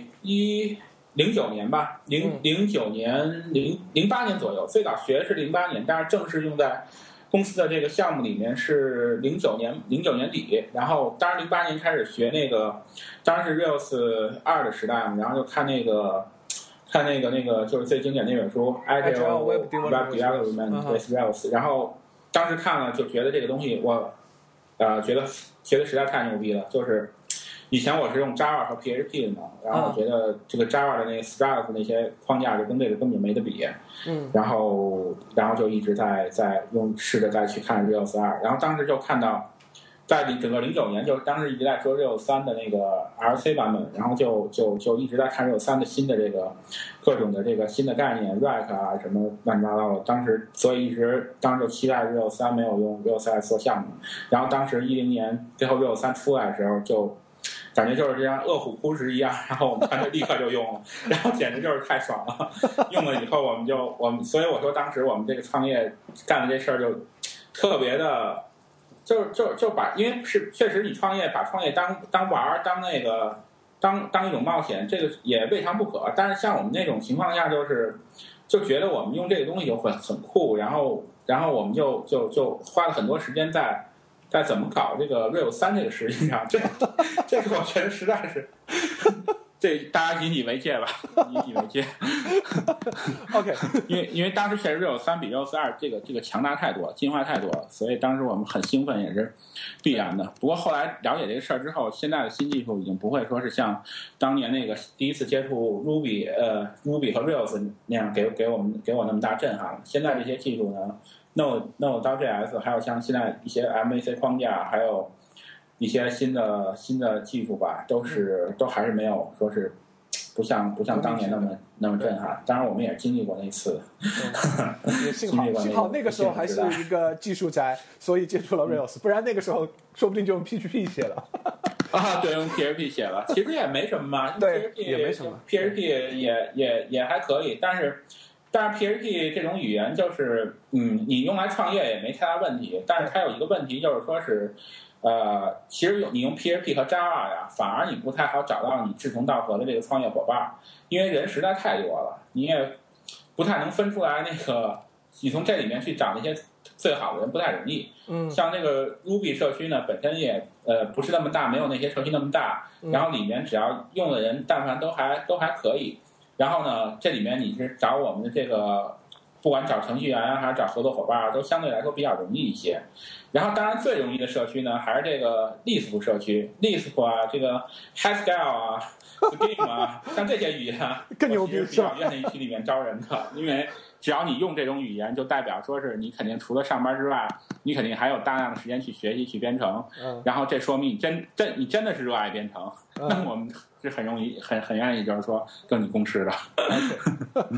09年吧，09年08年左右，最早学是08年，但是正式用在公司的这个项目里面是09年底，然后当然08年开始学那个，当然是 Rails 2的时代，然后就看那个就是最经典那本书 Agile Web Development with Rails， 然后当时看了就觉得这个东西我觉得学的实在太牛逼了，就是以前我是用 Java 和 PHP 的嘛，然后我觉得这个 Java 的那个 Struct 那些框架就跟这个根本没得比，然后就一直在试着再去看 Rails 2，然后当时就看到在整个09年，就当时一直在说 Rails 3的那个 RC 版本，然后就一直在看 Rails 3的新的这个各种的这个新的概念 Rack 啊什么乱七八糟的，所以当时就期待 Rails 3没有用 Rails 2做项目，然后当时10年最后 Rails 3出来的时候就感觉就是这样饿虎扑食一样，然后我们团队立刻就用了，然后简直就是太爽了。用了以后我们所以我说当时我们这个创业干的这事儿就特别的，就把，因为是确实你把创业当玩儿，当一种冒险，这个也未尝不可。但是像我们那种情况下，就觉得我们用这个东西就会很酷，然后我们就花了很多时间在怎么搞这个 Rails 3这个事情上，这个我觉得实在是，这大家引以为戒吧，引以为戒。 OK， 因为当时确实 Rails 3比 Rails 2这个强大太多，进化太多了，所以当时我们很兴奋也是必然的。不过后来了解这个事儿之后，现在的新技术已经不会说是像当年那个第一次接触 Ruby 和 Rails 那样给我那么大震撼了。现在这些技术呢，Node.js 还有像现在一些 MVC 框架，还有一些新的技术吧，都还是没有说是不像当年那么震撼。当然我们也经历过那次， 也幸好那个时候还是一个技术宅，所以接触了 Rails，不然那个时候说不定就用 PHP 写了。 对，用 PHP 写了，其实也没什么嘛。 对，也没什么。 PHP 也还可以，但是 PHP 这种语言就是你用来创业也没太大问题，但是它有一个问题就是说是其实你用 PHP 和 Java 呀，反而你不太好找到你志同道合的这个创业伙伴，因为人实在太多了，你也不太能分出来那个你从这里面去找那些最好的人不太容易。像那个 Ruby 社区呢，本身也不是那么大，没有那些社区那么大，然后里面只要用的人但凡都还可以。然后呢，这里面你是找我们的这个，不管找程序员啊，还是找合作伙伴，都相对来说比较容易一些。然后，当然最容易的社区呢，还是这个 Lisp 社区 ，Lisp 啊，这个 Haskell 啊 ，Scheme 啊，像这些语言更牛逼， 我其实比较愿意去里面招人的，因为只要你用这种语言，就代表说是你肯定除了上班之外，你肯定还有大量的时间去学习、去编程。然后这说明你真的是热爱编程。那我们是很容易、很愿意，就是说跟你共事的。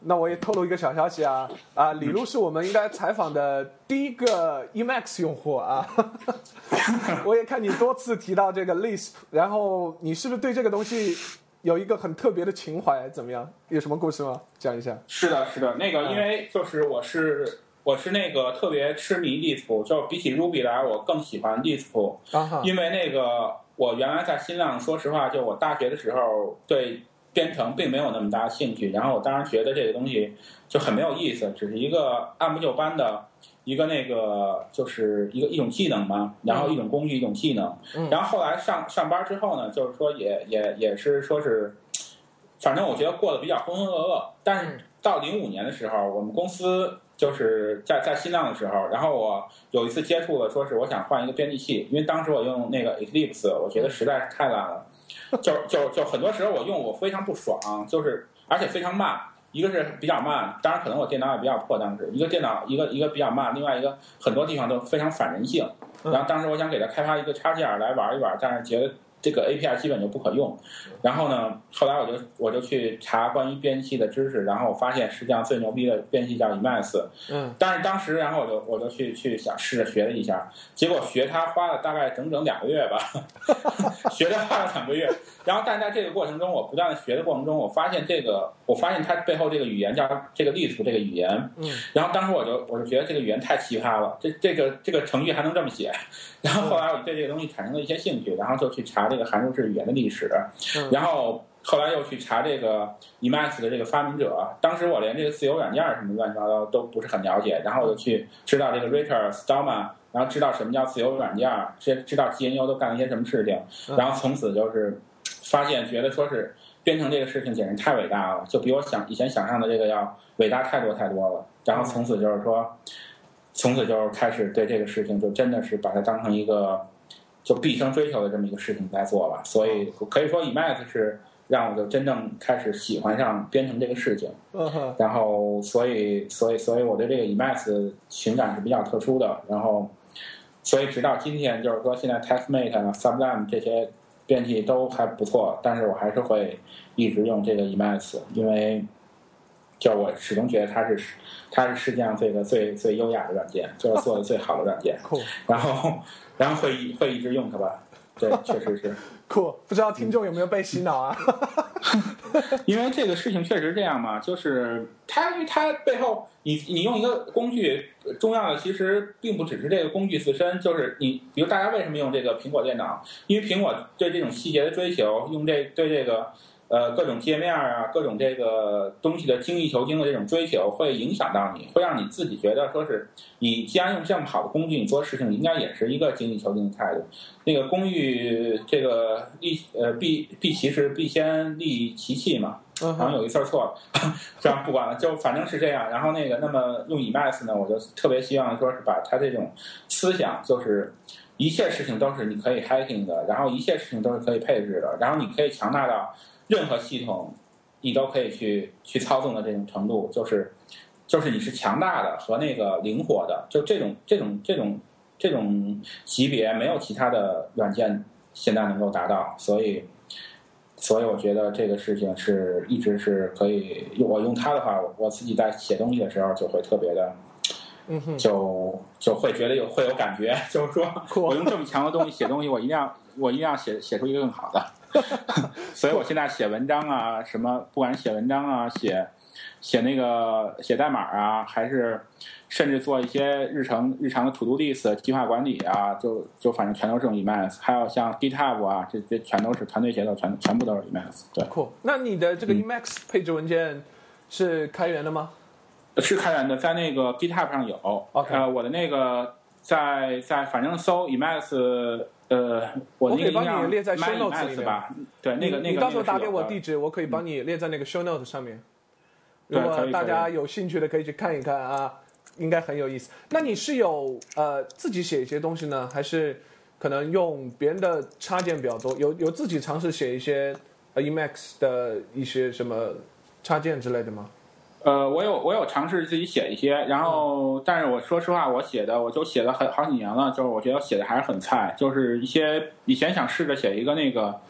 那我也透露一个小消息啊，李璐是我们应该采访的第一个 Emacs 用户啊。我也看你多次提到这个 Lisp， 然后你是不是对这个东西有一个很特别的情怀？怎么样？有什么故事吗？讲一下。 是的，是的，那个因为就是我是那个特别痴迷 Lisp， 就比起 Ruby 来，我更喜欢 Lisp，因为那个我原来在新浪，说实话，就我大学的时候对编程并没有那么大兴趣，然后我当然觉得这个东西就很没有意思，只是一个按部就班的一个那个就是一种技能嘛，然后一种工具一种技能，然后后来上班之后呢，就是说也是说是，反正我觉得过得比较浑浑噩噩，但是到05年的时候，我们公司就是在新浪的时候，然后我有一次接触了，说是我想换一个编辑器，因为当时我用那个 Eclipse， 我觉得实在是太烂了。就很多时候我非常不爽，就是而且非常慢，一个是比较慢，当然可能我电脑也比较破，当时一个电脑一个比较慢，另外一个很多地方都非常反人性。然后当时我想给它开发一个插件来玩一玩，但是觉得这个 API 基本就不可用。然后呢，后来我就去查关于编辑器的知识，然后我发现实际上最牛逼的编辑器叫 Emacs。但是当时然后我就去想试着学了一下，结果学它花了大概整整2个月吧，学它花了2个月。然后但在这个过程中，我不断的学的过程中，我发现它背后这个语言叫这个 Lisp 这个语言。然后当时我就觉得这个语言太奇葩了，这个程序还能这么写。然后后来我对这个东西产生了一些兴趣，然后就去查这个函数式语言的历史，然后后来又去查这个 Emacs 的这个发明者。当时我连这个自由软件什么乱七八糟都不是很了解，然后我就去知道这个 Richard Stallman， 然后知道什么叫自由软件，知道 GNU 都干了一些什么事情，然后从此就是发现觉得说是编程这个事情简直太伟大了，就比我以前想象的这个要伟大太多太多了。然后从此就是开始对这个事情就真的是把它当成一个就毕生追求的这么一个事情在做了。所以可以说 Emacs 是让我就真正开始喜欢上编程这个事情。然后所以我对这个 Emacs 情感是比较特殊的。然后所以直到今天，就是说现在 TextMate、Sublime 这些编辑都还不错，但是我还是会一直用这个 Emacs， 因为就我始终觉得它是世界上这个最优雅的软件，就是做的最好的软件。然后会一直用它吧。对，确实是。 不知道听众有没有被洗脑啊？ 因为这个事情确实这样嘛，就是它背后你用一个工具，重要的其实并不只是这个工具自身，就是比如大家为什么用这个苹果电脑，因为苹果对这种细节的追求，对这个各种界面啊，各种这个东西的精益求精的这种追求，会影响到你，会让你自己觉得说是你既然用这么好的工具，你做事情应该也是一个精益求精的态度。那个工欲这个必其时，必先利其器嘛，好像有一字错了，这样不管了，就反正是这样。然后那么用 Emacs 呢，我就特别希望说是把它这种思想，就是一切事情都是你可以 hacking 的，然后一切事情都是可以配置的，然后你可以强大到任何系统你都可以去操纵的这种程度，就是你是强大的和那个灵活的，就这种级别没有其他的软件现在能够达到。所以我觉得这个事情是一直是可以，我用它的话，我自己在写东西的时候就会特别的就会觉得会有感觉，就是说我用这么强的东西写东西，我一定要写出一个更好的。所以我现在写文章啊，什么不管是写文章啊，写那个写代码啊，还是甚至做一些日常的 to do list 计划管理啊，就反正全都是用 Emacs， 还有像 GitHub 啊，这全都是团队协作，全部都是 Emacs。对， 那你的这个 Emacs 配置文件是开源的吗？ 是开源的，在那个 GitHub 上有。我的那个在反正搜 Emacs。我可以帮你列在 show notes 里面吧。对，那个你到时候打给我地址，我可以帮你列在那个 show notes 上面。如果大家有兴趣的，可以去看一看啊，应该很有意思。那你是有自己写一些东西呢，还是可能用别人的插件比较多？有自己尝试写一些Emacs 的一些什么插件之类的吗？ 我有尝试自己写一些，然后但是我说实话，我写了好几年了，就是我觉得写的还是很菜，就是一些以前想试着写一个那个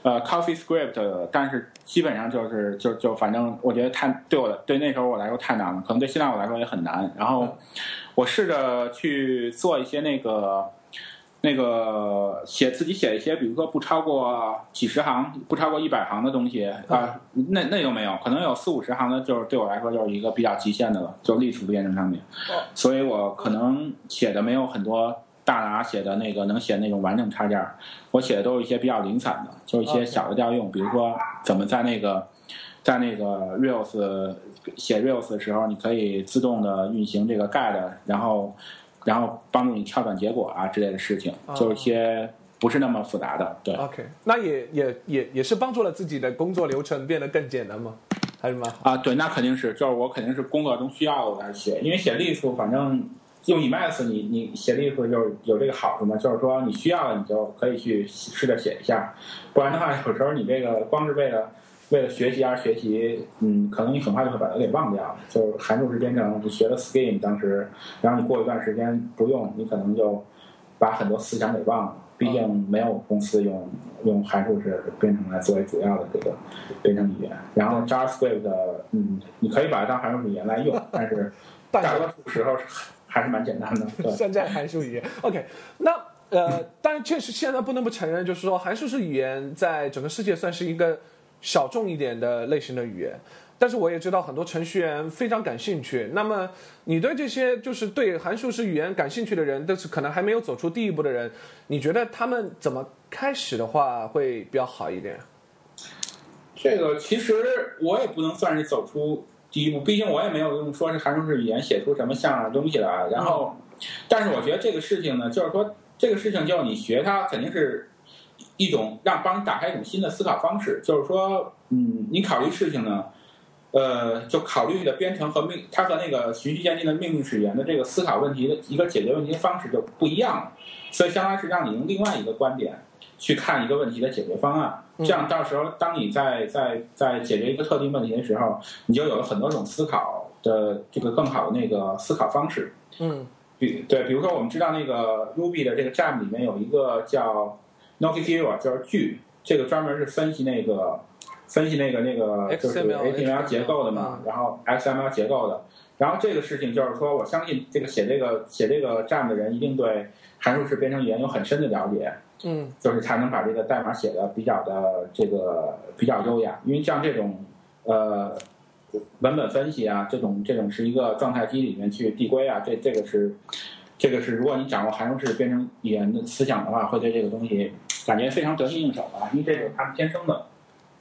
CoffeeScript，但是基本上就反正我觉得对那时候我来说太难了，可能对现在我来说也很难。然后我试着去做一些那个自己写一些，比如说不超过几十行、不超过100行的东西啊，那就没有，可能有40-50行的，就是对我来说就是一个比较极限的了，就历史编程上面。所以我可能写的没有很多大拿写的那个能写那种完整插件，我写的都是一些比较零散的，就是一些小的调用，比如说怎么在那个 Rails 写 Rails 的时候，你可以自动的运行这个 guide， 然后帮助你跳转结果啊之类的事情，就是一些不是那么复杂的。对 ，OK， 那也是帮助了自己的工作流程变得更简单吗？还是蛮好啊？对，那肯定是，就是我肯定是工作中需要的我才写，因为写历史反正。用 Emacs 你写历史就是有这个好处嘛，就是说你需要了你就可以去试着写一下，不然的话有时候你这个光是为了学习而学习，可能你很快就会把它给忘掉。就是函数式编程，你学了 Scheme 当时，然后你过一段时间不用，你可能就把很多思想给忘了。毕竟没有公司用函数式编程来作为主要的这个编程语言。然后 JavaScript 你可以把它当函数语言来用，但是大多数时候还是蛮简单的， 山寨函数语言。OK， 那当然确实现在不能不承认，就是说函数式语言在整个世界算是一个小众一点的类型的语言。但是我也知道很多程序员非常感兴趣。那么你对这些就是对函数式语言感兴趣的人，但是可能还没有走出第一步的人，你觉得他们怎么开始的话会比较好一点？ 这个其实我也不能算是走出第一步，毕竟我也没有用说是函数式语言写出什么像样的东西来。然后，但是我觉得这个事情呢，就是说这个事情就是你学它肯定是一种帮你打开一种新的思考方式。就是说，你考虑事情呢，就考虑的编程和它和那个循序渐进的命令式语言的这个思考问题的一个解决问题的方式就不一样了。所以相当于是让你用另外一个观点去看一个问题的解决方案。这样到时候当你在解决一个特定问题的时候，你就有了很多种思考的这个更好的那个思考方式。比如说我们知道那个 Ruby 的这个 gem 里面有一个叫 Nokikiro， 就是句，这个专门是分析那个就是 HTML 结构的嘛，然后 XML 结构的。然后这个事情就是说，我相信这个写这个 gem 的人一定对函数式编程语言有很深的了解。就是才能把这个代码写的比较优雅，因为像这种文本分析啊，这种是一个状态机里面去递归啊，这个是如果你掌握函数式编程语言的思想的话，会对这个东西感觉非常得心应手吧，因为这个他们天生的。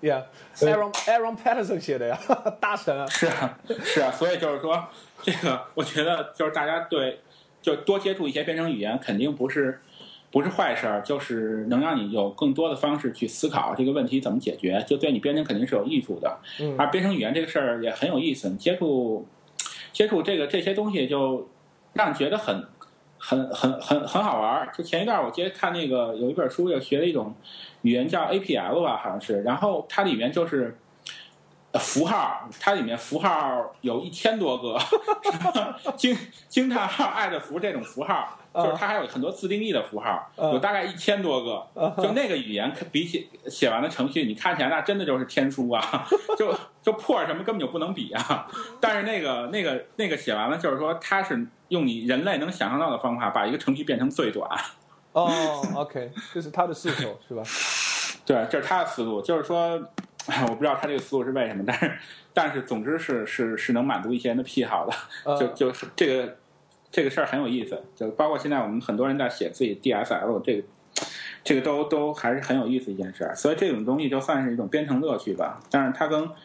Aaron Patterson 写的呀，大神啊！ 是啊，所以就是说，这个我觉得就是大家就多接触一些编程语言，肯定不是坏事儿，就是能让你有更多的方式去思考这个问题怎么解决，就对你编程肯定是有益处的。而编程语言这个事儿也很有意思，你接触这些东西，就让你觉得很好玩。就前一段我看那个有一本书，就学了一种语言叫 APL 吧，好像是，然后它里面就是符号，它里面符号有1000多个，惊叹号、爱的符这种符号。就是它还有很多自定义的符号，有大概1000多个。就那个语言比起写完的程序，你看起来那真的就是天书啊，就破什么根本就不能比啊。但是那个写完了，就是说它是用你人类能想象到的方法，把一个程序变成最短。 OK， 这是他的思路是吧？ 对，这是他的思路，就是说，我不知道他这个思路是为什么，但是总之是能满足一些人的癖好的，就是这个事儿很有意思，就包括现在我们很多人在写自己 DSL， 这个都还是很有意思一件事儿，所以这种东西就算是一种编程乐趣吧。但是它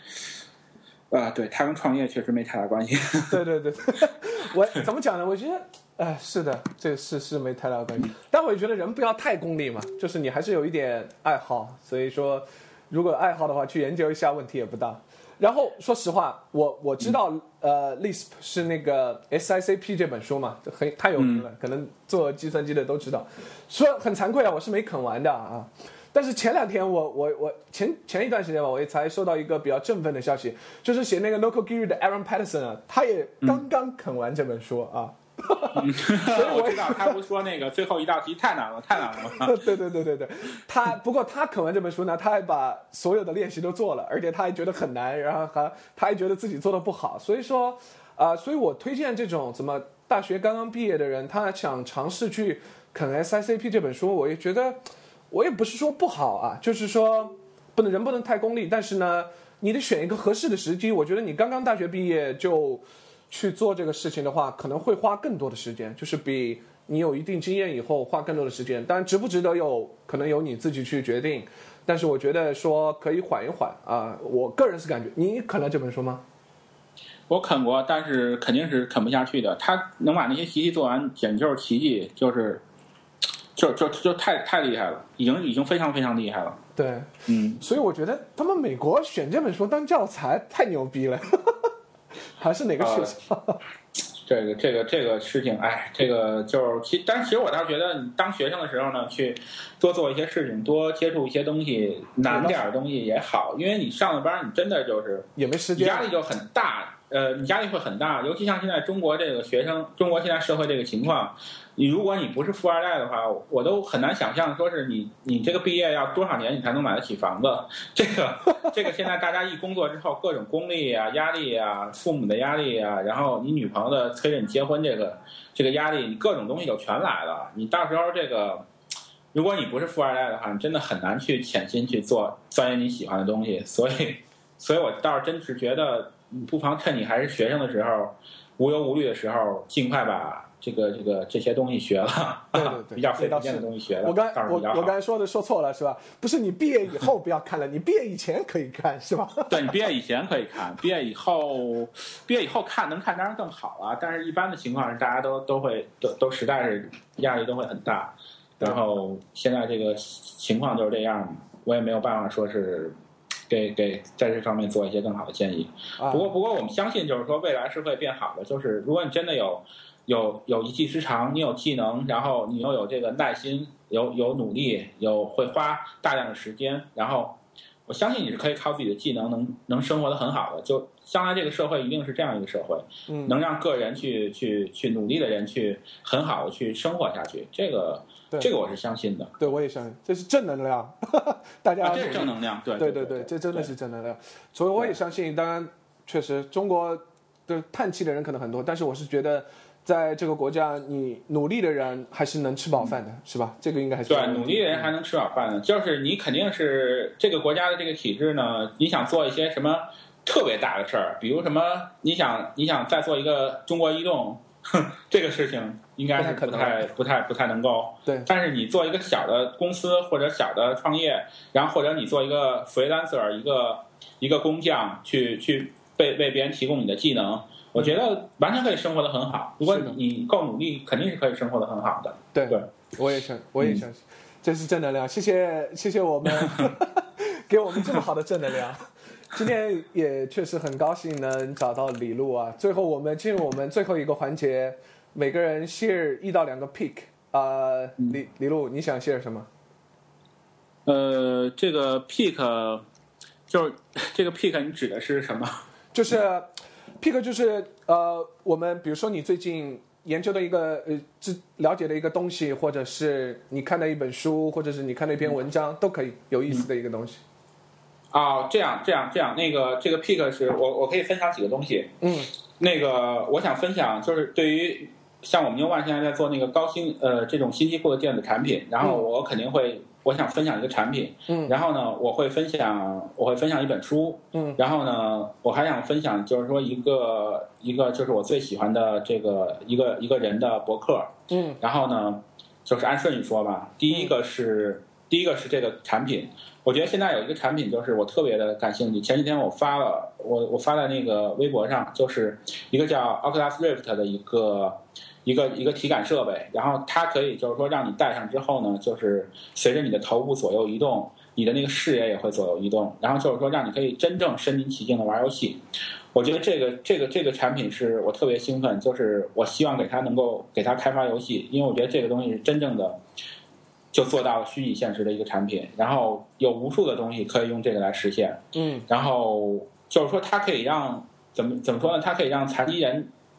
跟创业确实没太大关系。 对，我怎么讲呢？我觉得，是的，这个是没太大关系。但我也觉得人不要太功利嘛，就是你还是有一点爱好，所以说如果爱好的话，去研究一下问题也不大。然后说实话，我知道Lisp 是那个 SICP 这本书嘛，太有名了，可能做计算机的都知道。说很惭愧啊，我是没啃完的啊。但是前2天我前一段时间吧，我也才收到一个比较振奋的消息，就是写那个 Local Guru 的 Aaron Patterson 啊，他也刚刚啃完这本书啊。 所以我知道他不说那个最后一道题太难了，太难了。 对，不过他啃完这本书呢，他还把所有的练习都做了，而且他还觉得很难，然后他还觉得自己做的不好，所以说，所以我推荐这种怎么大学刚刚毕业的人，他想尝试去啃 SICP 这本书，我也觉得，我也不是说不好啊，就是说不能太功利，但是呢，你得选一个合适的时机。我觉得你刚刚大学毕业就去做这个事情的话，可能会花更多的时间，就是比你有一定经验以后花更多的时间。当然，值不值得可能由你自己去决定。但是我觉得说可以缓一缓啊，我个人是感觉，你啃了这本书吗？ 我啃过，但是肯定是啃不下去的。他能把那些习题做完，简直就是奇迹，就太厉害了，已经非常非常厉害了。 对，所以我觉得他们美国选这本书当教材太牛逼了，还是哪个学校？ 这个事情，哎，这个就是但其实我倒觉得，你当学生的时候呢，去多做一些事情，多接触一些东西，难点的东西也好，因为你上了班，你真的就是也没时间， 压力就很大。你压力会很大，尤其像现在中国这个学生，中国现在社会这个情况，如果你不是富二代的话，我都很难想象，说是你这个毕业要多少年你才能买得起房子？这个现在大家一工作之后，各种功利啊、压力啊、父母的压力啊，然后你女朋友的催着你结婚这个压力，你各种东西就全来了。你到时候如果你不是富二代的话，你真的很难去潜心去钻研你喜欢的东西。所以我倒是真是觉得，你不妨趁你还是学生的时候，无忧无虑的时候，尽快把这些东西学了， 对， 比较费时间的东西学了。我刚才说错了是吧？不是你毕业以后不要看了，你毕业以前可以看是吧？ 对，你毕业以前可以看，毕业以后能看当然更好了。但是一般的情况是，大家都实在是压力都会很大。然后现在这个情况就是这样，我也没有办法说是给在这方面做一些更好的建议。不过我们相信，就是说未来是会变好的。就是如果你真的有一技之长，你有技能，然后你又有这个耐心，有努力，会花大量的时间，然后我相信你是可以靠自己的技能能生活得很好的。就将来这个社会一定是这样一个社会，能让个人去努力的人去很好的去生活下去。这个我是相信的。 对，我也相信，这是正能量。大家这是正能量，对， 这真的是正能量。所以我也相信，当然，确实中国的叹气的人可能很多，但是我是觉得，在这个国家，你努力的人还是能吃饱饭的，是吧？这个应该还是对，努力的人还能吃饱饭的。就是你肯定是这个国家的这个体制呢，你想做一些什么特别大的事儿，比如什么，你想再做一个中国移动，这个事情应该是不太能够。 对。 但是你做一个小的公司或者小的创业，然后或者你做一个 freelancer， 一个工匠去为别人提供你的技能，我觉得完全可以生活得很好。如果你够努力，肯定是可以生活得很好的。 对，我也相信，这是正能量。谢谢我们给我们这么好的正能量。今天也确实很高兴能找到李璐啊。最后我们进入我们最后一个环节，每个人 share 1到2个 pick。李璐，你想 share 什么？ 这个 pick 就是这个 pick 你指的是什么？ 就是 pick 就是我们比如说你最近研究的一个了解的一个东西，或者是你看的一本书，或者是你看的一篇文章，都可以有意思的一个东西。 这样，那个这个 pick 是我可以分享几个东西。那个我想分享就是对于像我们New One现在在做那个这种新机库的电子产品，然后我肯定我想分享一个产品，然后呢我会分享一本书，然后呢我还想分享就是说一个就是我最喜欢的这个一个人的博客，然后呢就是按顺序说吧，第一个是这个产品。我觉得现在有一个产品就是我特别的感兴趣，前几天我发在那个微博上，就是一个叫 Oculus Rift 的一个体感设备，然后它可以就是说让你戴上之后呢，就是随着你的头部左右移动，你的那个视野也会左右移动，然后就是说让你可以真正身临其境的玩游戏。我觉得这个产品是我特别兴奋，就是我希望能够给它开发游戏，因为我觉得这个东西是真正的就做到了虚拟现实的一个产品，然后有无数的东西可以用这个来实现。然后就是说它可以让怎么说呢？它可以让残疾人，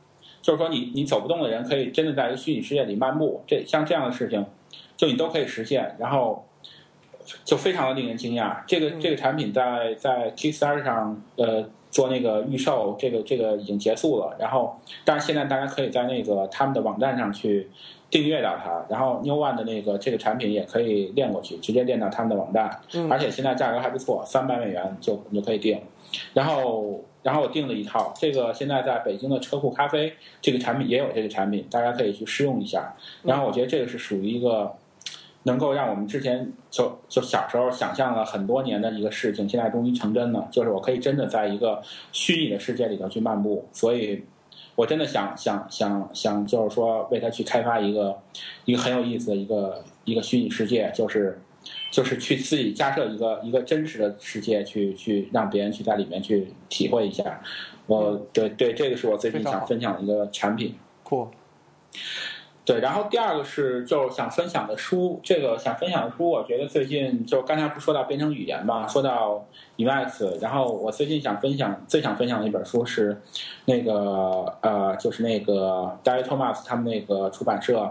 就是说你走不动的人可以真的在一个虚拟世界里漫步，像这样的事情，就你都可以实现，然后就非常的令人惊讶。这个产品在 Kickstarter 上做那个预售，这个已经结束了，然后但是现在大家可以在那个他们的网站上去订阅到它，然后 New One 的这个产品也可以链过去，直接链到他们的网站，而且现在价格还不错，$300你就可以订。然后我订了一套，这个现在在北京的车库咖啡这个产品也有这个产品，大家可以去试用一下。然后我觉得这个是属于一个能够让我们之前就小时候想象了很多年的一个事情，现在终于成真了，就是我可以真的在一个虚拟的世界里头去漫步。所以我真的想就是说为它去开发一个很有意思的一个虚拟世界，就是去自己架设一个真实的世界，去让别人去在里面去体会一下。对，这个是我最近想分享的一个产品。 酷。 对，然后第二个是就是想分享的书，这个想分享的书，我觉得最近就刚才不说到编程语言嘛，说到 Emacs， 然后我最近最想分享的一本书是那个就是那个 David Thomas 他们那个出版社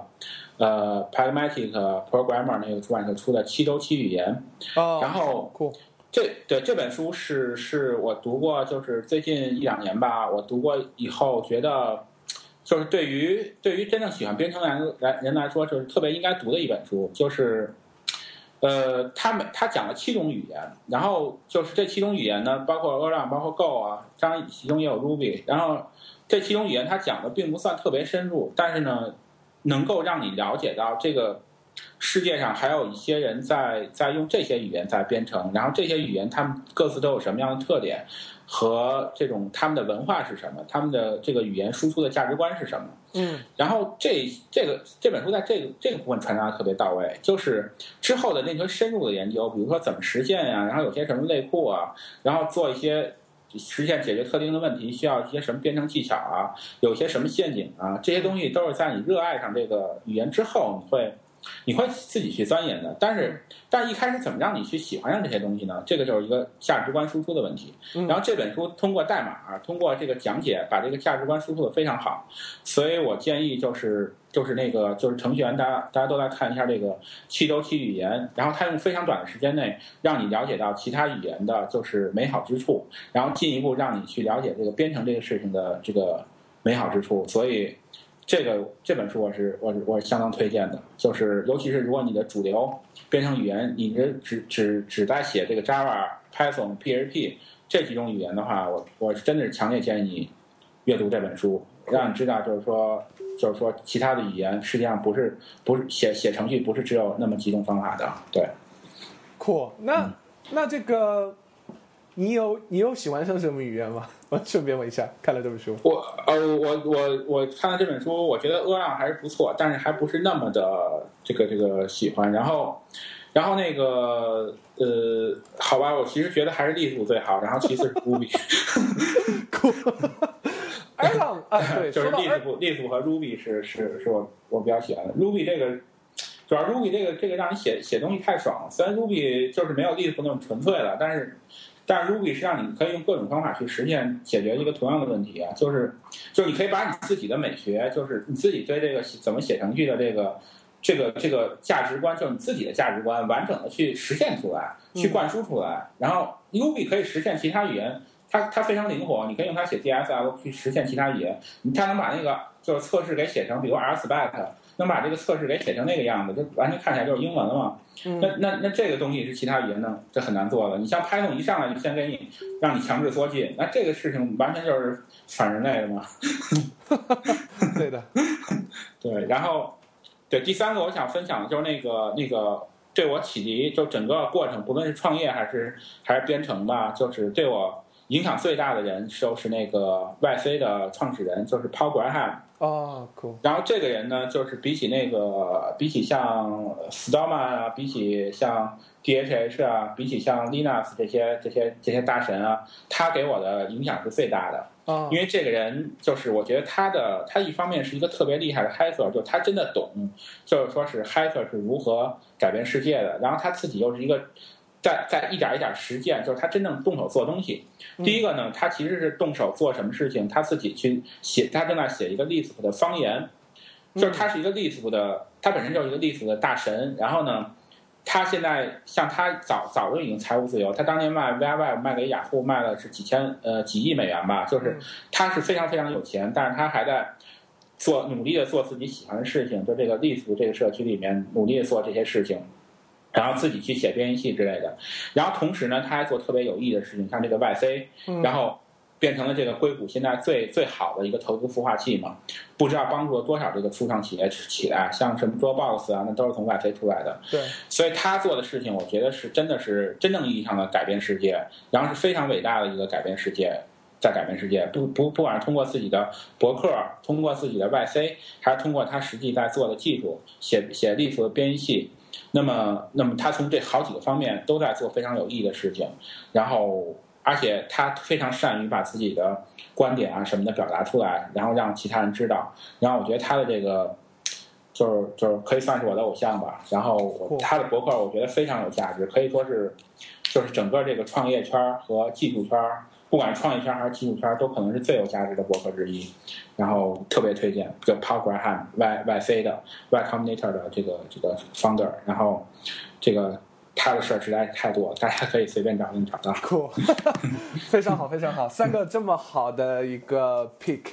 Pragmatic Programmer 那个出版社出的7周期语言。然后这本书是我读过，就是最近1-2年吧，我读过以后觉得。就是对于真正喜欢编程人来说，就是特别应该读的一本书。就是他讲了7种语言，然后就是这7种语言呢，包括Erlang，包括 Go 啊，当然其中也有 Ruby。然后这7种语言他讲的并不算特别深入，但是呢，能够让你了解到这个世界上还有一些人在用这些语言在编程，然后这些语言他们各自都有什么样的特点。和这种他们的文化是什么？他们的这个语言输出的价值观是什么？然后这本书在这个部分传达的特别到位，就是之后的那些深入的研究，比如说怎么实现呀，然后有些什么类库啊，然后做一些实现解决特定的问题需要一些什么编程技巧啊，有些什么陷阱啊，这些东西都是在你热爱上这个语言之后，你会自己去钻研的，但是一开始怎么让你去喜欢上这些东西呢？这个就是一个价值观输出的问题。然后这本书通过代码，通过这个讲解，把这个价值观输出的非常好。所以我建议就是程序员，大家都来看一下这个7周期语言，然后他用非常短的时间内让你了解到其他语言的就是美好之处，然后进一步让你去了解这个编程这个事情的这个美好之处。所以。这本书我相当推荐的，就是尤其是如果你的主流编程语言你只在写这个 Java、Python、PHP 这几种语言的话，我真的是强烈建议你阅读这本书，让你知道就是说其他的语言实际上不是写程序不是只有那么几种方法的。对， 酷。那这个你有喜欢上什么语言吗？我顺便问一下，看了这本书。 我看了这本书，我觉得Erlang还是不错，但是还不是那么的这个喜欢。然后那个好吧，我其实觉得还是Lisp最好，然后其次是 Ruby。 Erlang 啊，对， 就是Lisp和 Ruby 是我比较喜欢的。Ruby 这个主要 Ruby 这个让你写东西太爽了，虽然 Ruby 就是没有Lisp那么纯粹了，但是 Ruby 是让你可以用各种方法去实现解决一个同样的问题啊，就是你可以把你自己的美学，就是你自己对这个怎么写程序的这个价值观，就是你自己的价值观，完整的去实现出来，去灌输出来。然后 Ruby 可以实现其他语言，它非常灵活，你可以用它写 DSL 去实现其他语言，它能把那个就是测试给写成，比如 RSpec。能把这个测试给写成那个样子，就完全看起来就是英文了嘛。那这个东西是其他语言呢，这很难做的。你像 Python 一上来就先给你让你强制缩进，那这个事情完全就是反人类的嘛。 对的， 对。然后对第三个我想分享的就是那个对我启迪，就整个过程，不论是创业还是编程吧，就是对我影响最大的人就是那个 YC 的创始人，就是 Paul Graham。 cool。 然后这个人呢，就是比起像 Stallman 啊，比起像 DHH 啊，比起像 Linux 这些大神啊，他给我的影响是最大的。因为这个人就是我觉得他一方面是一个特别厉害的 hacker， 就他真的懂，就是说是 hacker 是如何改变世界的，然后他自己又是一个在一点一点实践，就是他真正动手做东西。第一个呢，他其实是动手做什么事情，他自己去写，他正在写一个 Lisp 的方言，就是他是一个 Lisp 的，他本身就是一个 Lisp 的大神。然后呢，他现在像他早就已经财务自由，他当年卖 VIY 卖给雅虎卖了是几亿美元吧，就是他是非常非常有钱，但是他还在努力的做自己喜欢的事情，就这个 Lisp 这个社区里面努力的做这些事情。然后自己去写编译器之类的，然后同时呢，他还做特别有意义的事情，像这个 YC，然后变成了这个硅谷现在最好的一个投资孵化器嘛，不知道帮助了多少这个初创企业起来，像什么 Dropbox 啊，那都是从 YC 出来的。 对， 所以他做的事情，我觉得是真的是真正意义上的改变世界，然后是非常伟大的一个改变世界。在改变世界，不管是通过自己的博客，通过自己的 YC， 还是通过他实际在做的技术，写历史的编译器。那么他从这好几个方面都在做非常有意义的事情，然后而且他非常善于把自己的观点啊什么的表达出来，然后让其他人知道。然后我觉得他的这个就是可以算是我的偶像吧。然后他的博客我觉得非常有价值，可以说是就是整个这个创业圈和技术圈，不管是创业圈还是技术圈，都可能是最有价值的博客之一。然后特别推荐，就 Paul Graham YC 的 Y Combinator 的这个 founder， 然后这个他的事儿实在是太多了，大家可以随便找能找到。 酷，非常好，非常好，三个这么好的一个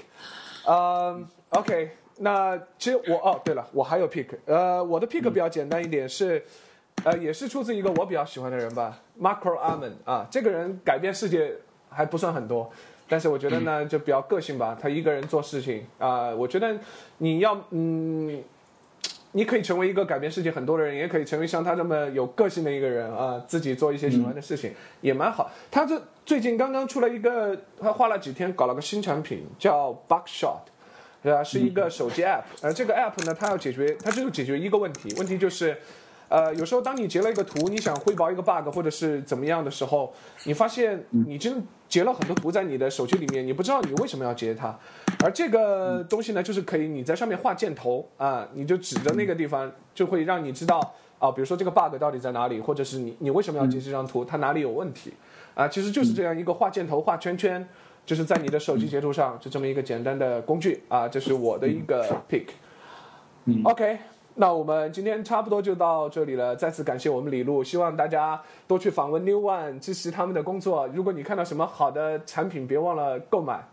pick，OK， 那其实对了，我还有 pick，我的 pick 比较简单一点是，也是出自一个我比较喜欢的人吧 ，Marco Arment 啊，这个人改变世界还不算很多。但是我觉得呢，就比较个性吧。他一个人做事情我觉得你要你可以成为一个改变世界很多的人，也可以成为像他这么有个性的一个人自己做一些喜欢的事情，也蛮好。他最近刚刚出了一个，他花了几天搞了个新产品，叫 Buckshot，是一个手机 app。这个 app 呢，它就解决一个问题，问题就是。有时候当你截了一个图，你想汇报一个 bug 或者是怎么样的时候，你发现你真截了很多图在你的手机里面，你不知道你为什么要截它。而这个东西呢，就是可以你在上面画箭头你就指着那个地方，就会让你知道比如说这个 bug 到底在哪里，或者是你为什么要截这张图，它哪里有问题其实就是这样一个画箭头、画圈圈，就是在你的手机截图上，就这么一个简单的工具这是我的一个 pick。OK。那我们今天差不多就到这里了，再次感谢我们李璐，希望大家多去访问 New One， 支持他们的工作。如果你看到什么好的产品，别忘了购买。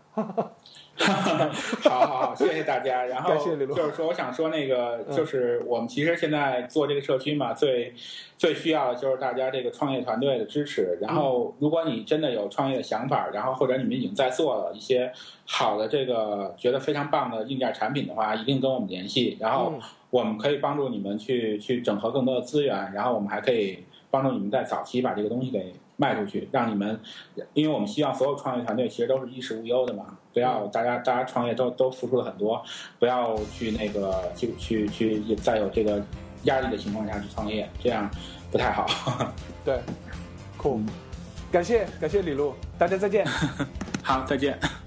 好，谢谢大家。然后感谢李璐。 就是说，我想说那个，就是我们其实现在做这个社区嘛，最需要的就是大家这个创业团队的支持。然后，如果你真的有创业的想法，然后或者你们已经在做了一些好的这个觉得非常棒的硬件产品的话，一定跟我们联系。然后我们可以帮助你们去整合更多的资源，然后我们还可以帮助你们在早期把这个东西给卖出去，让你们，因为我们希望所有创业团队其实都是衣食无忧的嘛，不要大家创业都付出了很多，不要去那个去在有这个压力的情况下去创业，这样不太好。 对，酷，感谢李璐，大家再见。 好，再见。